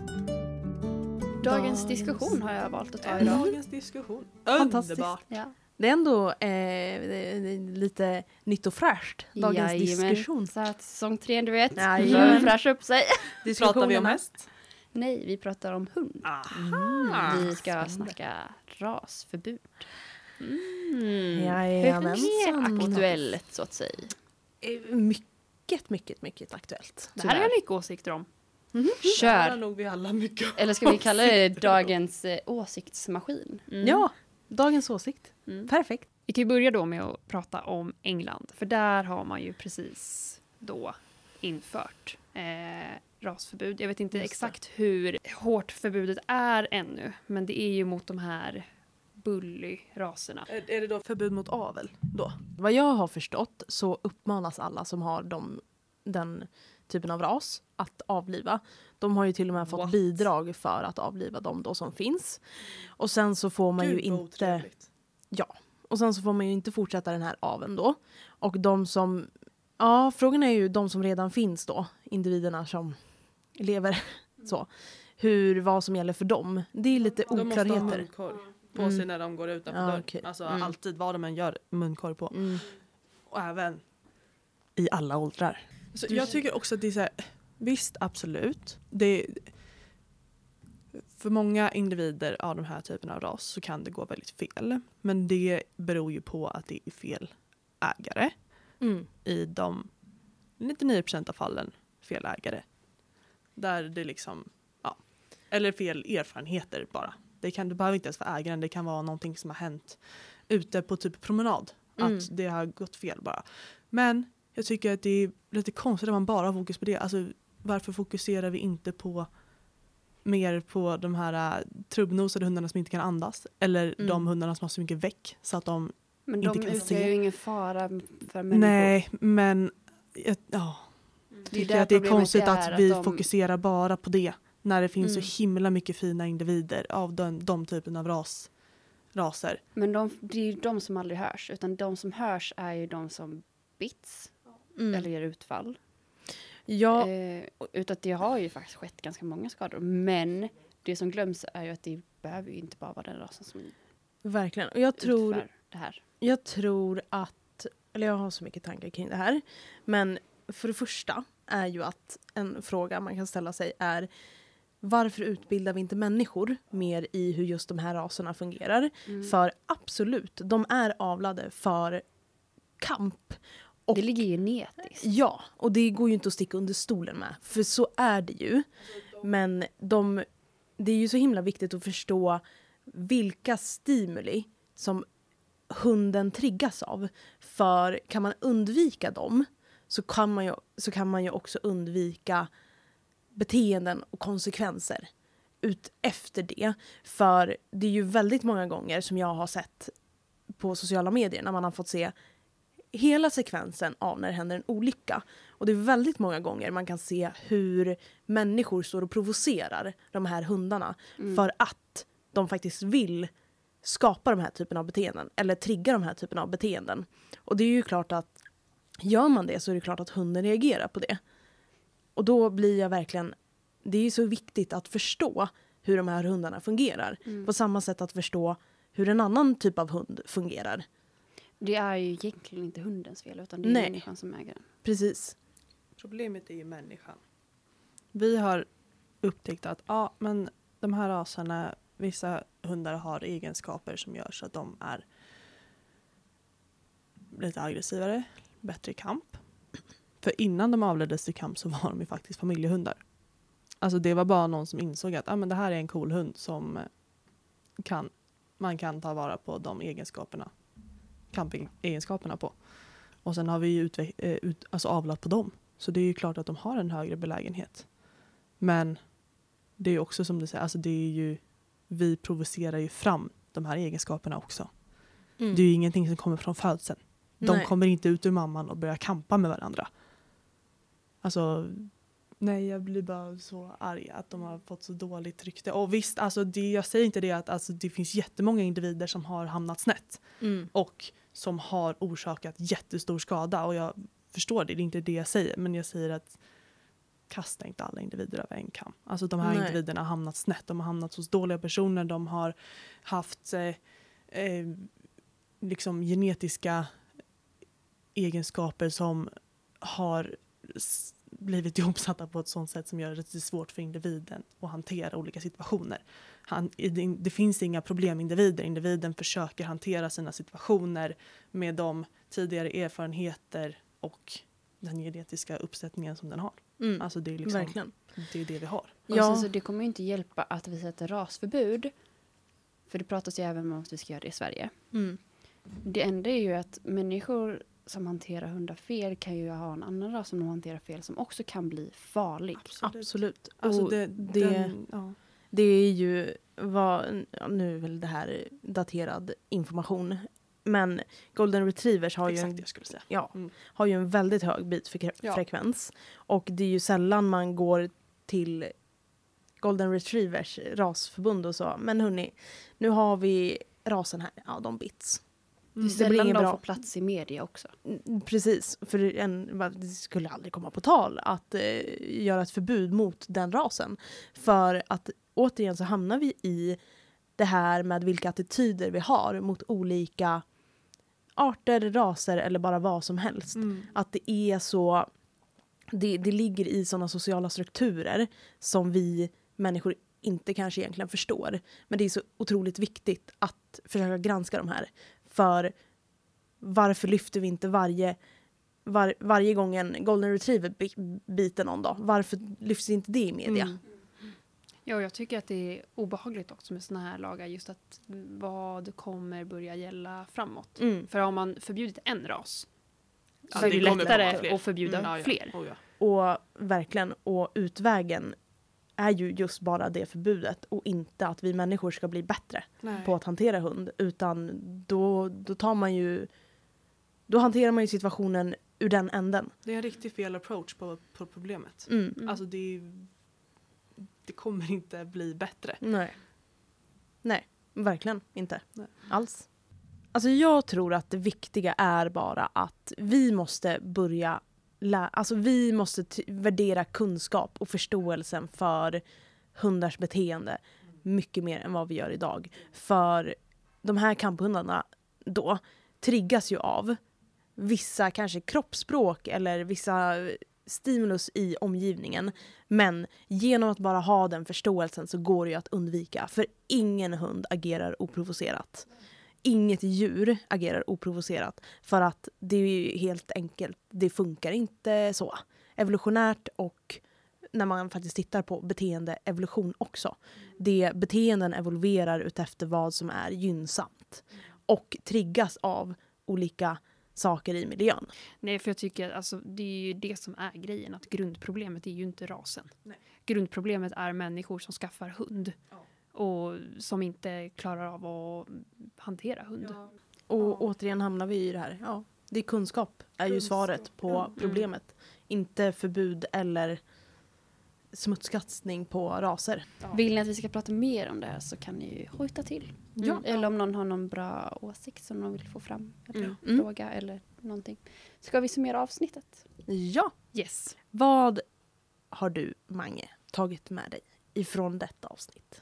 Dagens diskussion har jag valt att ta idag. Dagens diskussion. Fantastiskt. Underbart. Ja. Det är ändå eh, det är lite nytt och fräscht, dagens Jajamän. diskussion. Så att säsong tre, du vet, Jajamän. behöver fräscha upp sig. Pratar vi om häst? Nej, vi pratar om hund. Aha. Vi ska snacka rasförbud. Mm. Jajamensan. Aktuellt så att säga. Eh, Mycket, mycket, mycket aktuellt. Det här har jag mycket åsikter om. Det här Kör! har nog vi alla mycket. Eller ska vi kalla det dagens eh, åsiktsmaskin? Mm. Ja, dagens åsikt. Mm. Perfekt. Vi kan ju börja då med att prata om England. För där har man ju precis då infört eh, rasförbud. Jag vet inte Just det. exakt hur hårt förbudet är ännu. Men det är ju mot de här bully-raserna. Är, är det då förbud mot avel då? Vad jag har förstått så uppmanas alla som har de, den typen av ras att avliva. De har ju till och med fått What? bidrag för att avliva dem då som finns. Och sen så får man ju Gud, vad inte... otrevligt. Ja, och sen så får man ju inte fortsätta den här aveln då. Och de som... Ja, frågan är ju de som redan finns då. Individerna som lever så. Hur, vad som gäller för dem. Det är lite De måste ha oklarheter. munkorg på Mm. sig när de går utanför Ja, dörren. okej. Alltså Mm. alltid, vad de än gör, munkorg på. Mm. Och även i alla åldrar. Så jag tycker också att det är så här, visst absolut. Det, för många individer av de här typen av ras så kan det gå väldigt fel. Men det beror ju på att det är fel ägare. Mm. I de nittionio procent av fallen fel ägare. Där det liksom, ja. Eller fel erfarenheter bara. Det, kan, det behöver inte ens vara ägaren, det kan vara någonting som har hänt ute på typ promenad. Mm. Att det har gått fel bara. Men jag tycker att det är lite konstigt att man bara har fokus på det. Alltså varför fokuserar vi inte på mer på de här uh, trubbnosade hundarna som inte kan andas? Eller Mm. de hundarna som har så mycket väck så att de... Men Inte de kan utgör se. ju ingen fara för människor. Nej, men jag, ja, Det är tycker där att det är problemet konstigt är, att vi de- fokuserar bara på det. När det finns Mm. så himla mycket fina individer av den, de typen av ras, raser. Men de, det är ju de som aldrig hörs. Utan de som hörs är ju de som bits. Mm. Eller ger utfall. Ja, Eh, och- utan att det har ju faktiskt skett ganska många skador. Men det som glöms är ju att det behöver ju inte bara vara den rasen som verkligen. Och jag tror... utför det här. Jag tror att, eller jag har så mycket tankar kring det här, men för det första är ju att en fråga man kan ställa sig är varför utbildar vi inte människor mer i hur just de här raserna fungerar? Mm. För absolut, de är avlade för kamp. Och Det ligger genetiskt. ja, och det går ju inte att sticka under stolen med, för så är det ju. Men de, det är ju så himla viktigt att förstå vilka stimuli som hunden triggas av. För kan man undvika dem så kan man ju, så kan man ju också undvika beteenden och konsekvenser ut efter det. För det är ju väldigt många gånger som jag har sett på sociala medier när man har fått se hela sekvensen av när det händer en olycka. Och det är väldigt många gånger man kan se hur människor står och provocerar de här hundarna Mm. för att de faktiskt vill skapa de här typen av beteenden eller trigga de här typen av beteenden. Och det är ju klart att gör man det så är det klart att hunden reagerar på det. Och då blir jag verkligen, det är ju så viktigt att förstå hur de här hundarna fungerar. Mm. På samma sätt att förstå hur en annan typ av hund fungerar. Det är ju egentligen inte hundens fel utan det är Nej. människan som äger den. Precis. Problemet är ju människan. Vi har upptäckt att ja, men de här raserna, vissa hundar har egenskaper som gör så att de är lite aggressivare, bättre i kamp. För innan de avleddes till kamp så var de ju faktiskt familjehundar. Alltså det var bara någon som insåg att ah, men det här är en cool hund som kan, man kan ta vara på de egenskaperna, campingegenskaperna på. Och sen har vi ju utveck- eh, ut, alltså avlat på dem. Så det är ju klart att de har en högre belägenhet. Men det är ju också som du säger, alltså det är ju, vi provocerar ju fram de här egenskaperna också. Mm. Det är ju ingenting som kommer från födseln. De Nej. kommer inte ut ur mamman och börjar kampa med varandra. Alltså, nej jag blir bara så arg att de har fått så dåligt rykte. Och visst, alltså det, jag säger inte det att alltså, det finns jättemånga individer som har hamnat snett. Mm. Och som har orsakat jättestor skada. Och jag förstår det, det är inte det jag säger. Men jag säger att kasta inte alla individer över en kam. Alltså de här Nej. individerna har hamnat snett. De har hamnat hos dåliga personer. De har haft eh, eh, liksom genetiska egenskaper som har s- blivit ihopsatta på ett sånt sätt som gör det svårt för individen att hantera olika situationer. Han, det, det finns inga problemindivider. Individen försöker hantera sina situationer med de tidigare erfarenheter och den genetiska uppsättningen som den har. Mm. Alltså det är liksom, Verkligen. det är det vi har. Och Ja. sen så det kommer ju inte hjälpa att vi sätter rasförbud. För det pratas ju även om att vi ska göra det i Sverige. Mm. Det enda är ju att människor som hanterar hundar fel kan ju ha en annan ras som de hanterar fel som också kan bli farlig. Absolut. Alltså Och det, det, den, ja. det är ju vad, ja, nu är väl det här daterad information. Men golden retrievers har ju Exakt en, det jag skulle säga. ja, Mm. har ju en väldigt hög bitfrekvens. Och det är ju sällan man går till golden retrievers rasförbund och så. Men hörni, nu har vi rasen här. Ja, de bits. Det är blir sällan inget de bra. får plats i media också. Mm, precis, för en, det skulle aldrig komma på tal att eh, göra ett förbud mot den rasen. För att återigen så hamnar vi i det här med vilka attityder vi har mot olika arter, raser eller bara vad som helst. Mm. Att det är så, det, det ligger i sådana sociala strukturer som vi människor inte kanske egentligen förstår. Men det är så otroligt viktigt att försöka granska de här. För varför lyfter vi inte varje, var, varje gång en golden retriever bi- biter någon då? Varför lyfts inte det i media? Mm. Ja, jag tycker att det är obehagligt också med såna här lagar. Just att vad kommer börja gälla framåt. Mm. För har man förbjudit en ras Ja, så är det det kommer komma lättare fler. att förbjuda Mm, ja, ja. fler. Oh, ja. Och verkligen, och utvägen är ju just bara det förbudet och inte att vi människor ska bli bättre Nej. på att hantera hund, utan då, då tar man ju då hanterar man ju situationen ur den änden. Det är en riktigt fel approach på, på problemet. Mm. Mm. Alltså det, är- det kommer inte bli bättre. Nej. Nej, verkligen inte. Nej. Alls. Alltså jag tror att det viktiga är bara att vi måste börja lä- alltså vi måste t- värdera kunskap och förståelsen för hundars beteende mycket mer än vad vi gör idag. För de här kamphundarna då triggas ju av vissa kanske kroppsspråk eller vissa stimulus i omgivningen. Men genom att bara ha den förståelsen så går det ju att undvika. För ingen hund agerar oprovocerat. Inget djur agerar oprovocerat. För att det är ju helt enkelt, det funkar inte så. Evolutionärt och när man faktiskt tittar på beteendeevolution också. Det beteenden evolverar utefter vad som är gynnsamt. Och triggas av olika saker i miljön. Nej, för jag tycker att alltså, det är ju det som är grejen. Att grundproblemet är ju inte rasen. Nej. Grundproblemet är människor som skaffar hund. Och som inte klarar av att hantera hund. Och återigen hamnar vi i det här. Ja, det är kunskap är ju svaret på Ja. problemet. Inte förbud eller smutskastning på raser. Vill ni att vi ska prata mer om det här så kan ni ju hojta till. Ja. Eller om någon har någon bra åsikt som någon vill få fram. Eller Mm. Mm. fråga eller någonting. Ska vi summera avsnittet? Ja, Yes. vad har du, Mange, tagit med dig ifrån detta avsnitt?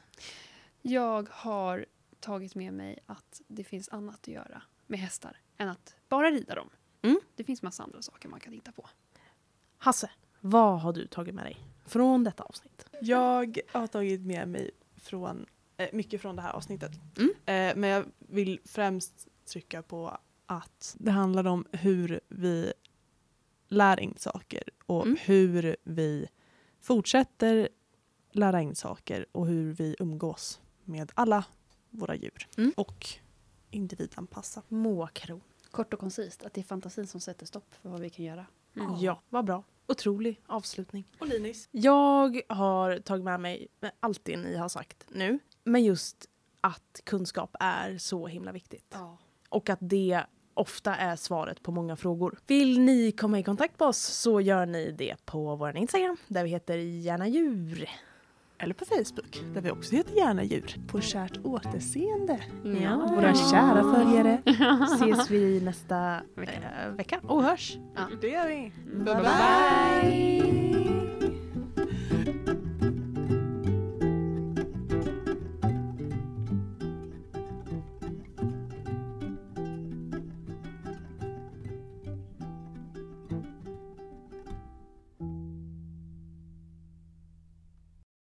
Jag har tagit med mig att det finns annat att göra med hästar än att bara rida dem. Mm. Det finns massa andra saker man kan titta på. Hasse, vad har du tagit med dig från detta avsnitt? Jag har tagit med mig från, eh, mycket från det här avsnittet. Mm. Eh, men jag vill främst trycka på att det handlar om hur vi lär in saker och Mm. hur vi fortsätter lära in saker och hur vi umgås med alla våra djur. Mm. Och individanpassa. Måkron. Kort och koncist. Att det är fantasin som sätter stopp för vad vi kan göra. Mm. Ja, vad bra. Otrolig avslutning. Och Linis. Jag har tagit med mig allt det ni har sagt nu. Men just att kunskap är så himla viktigt. Ja. Och att det ofta är svaret på många frågor. Vill ni komma i kontakt med oss så gör ni det på vår Instagram. Där vi heter Gärna Djur. Eller på Facebook, där vi också heter Gärna Djur. På kärt återseende. Ja, våra kära följare. Ses vi nästa eh, vecka och hörs. Det gör vi. Bye bye.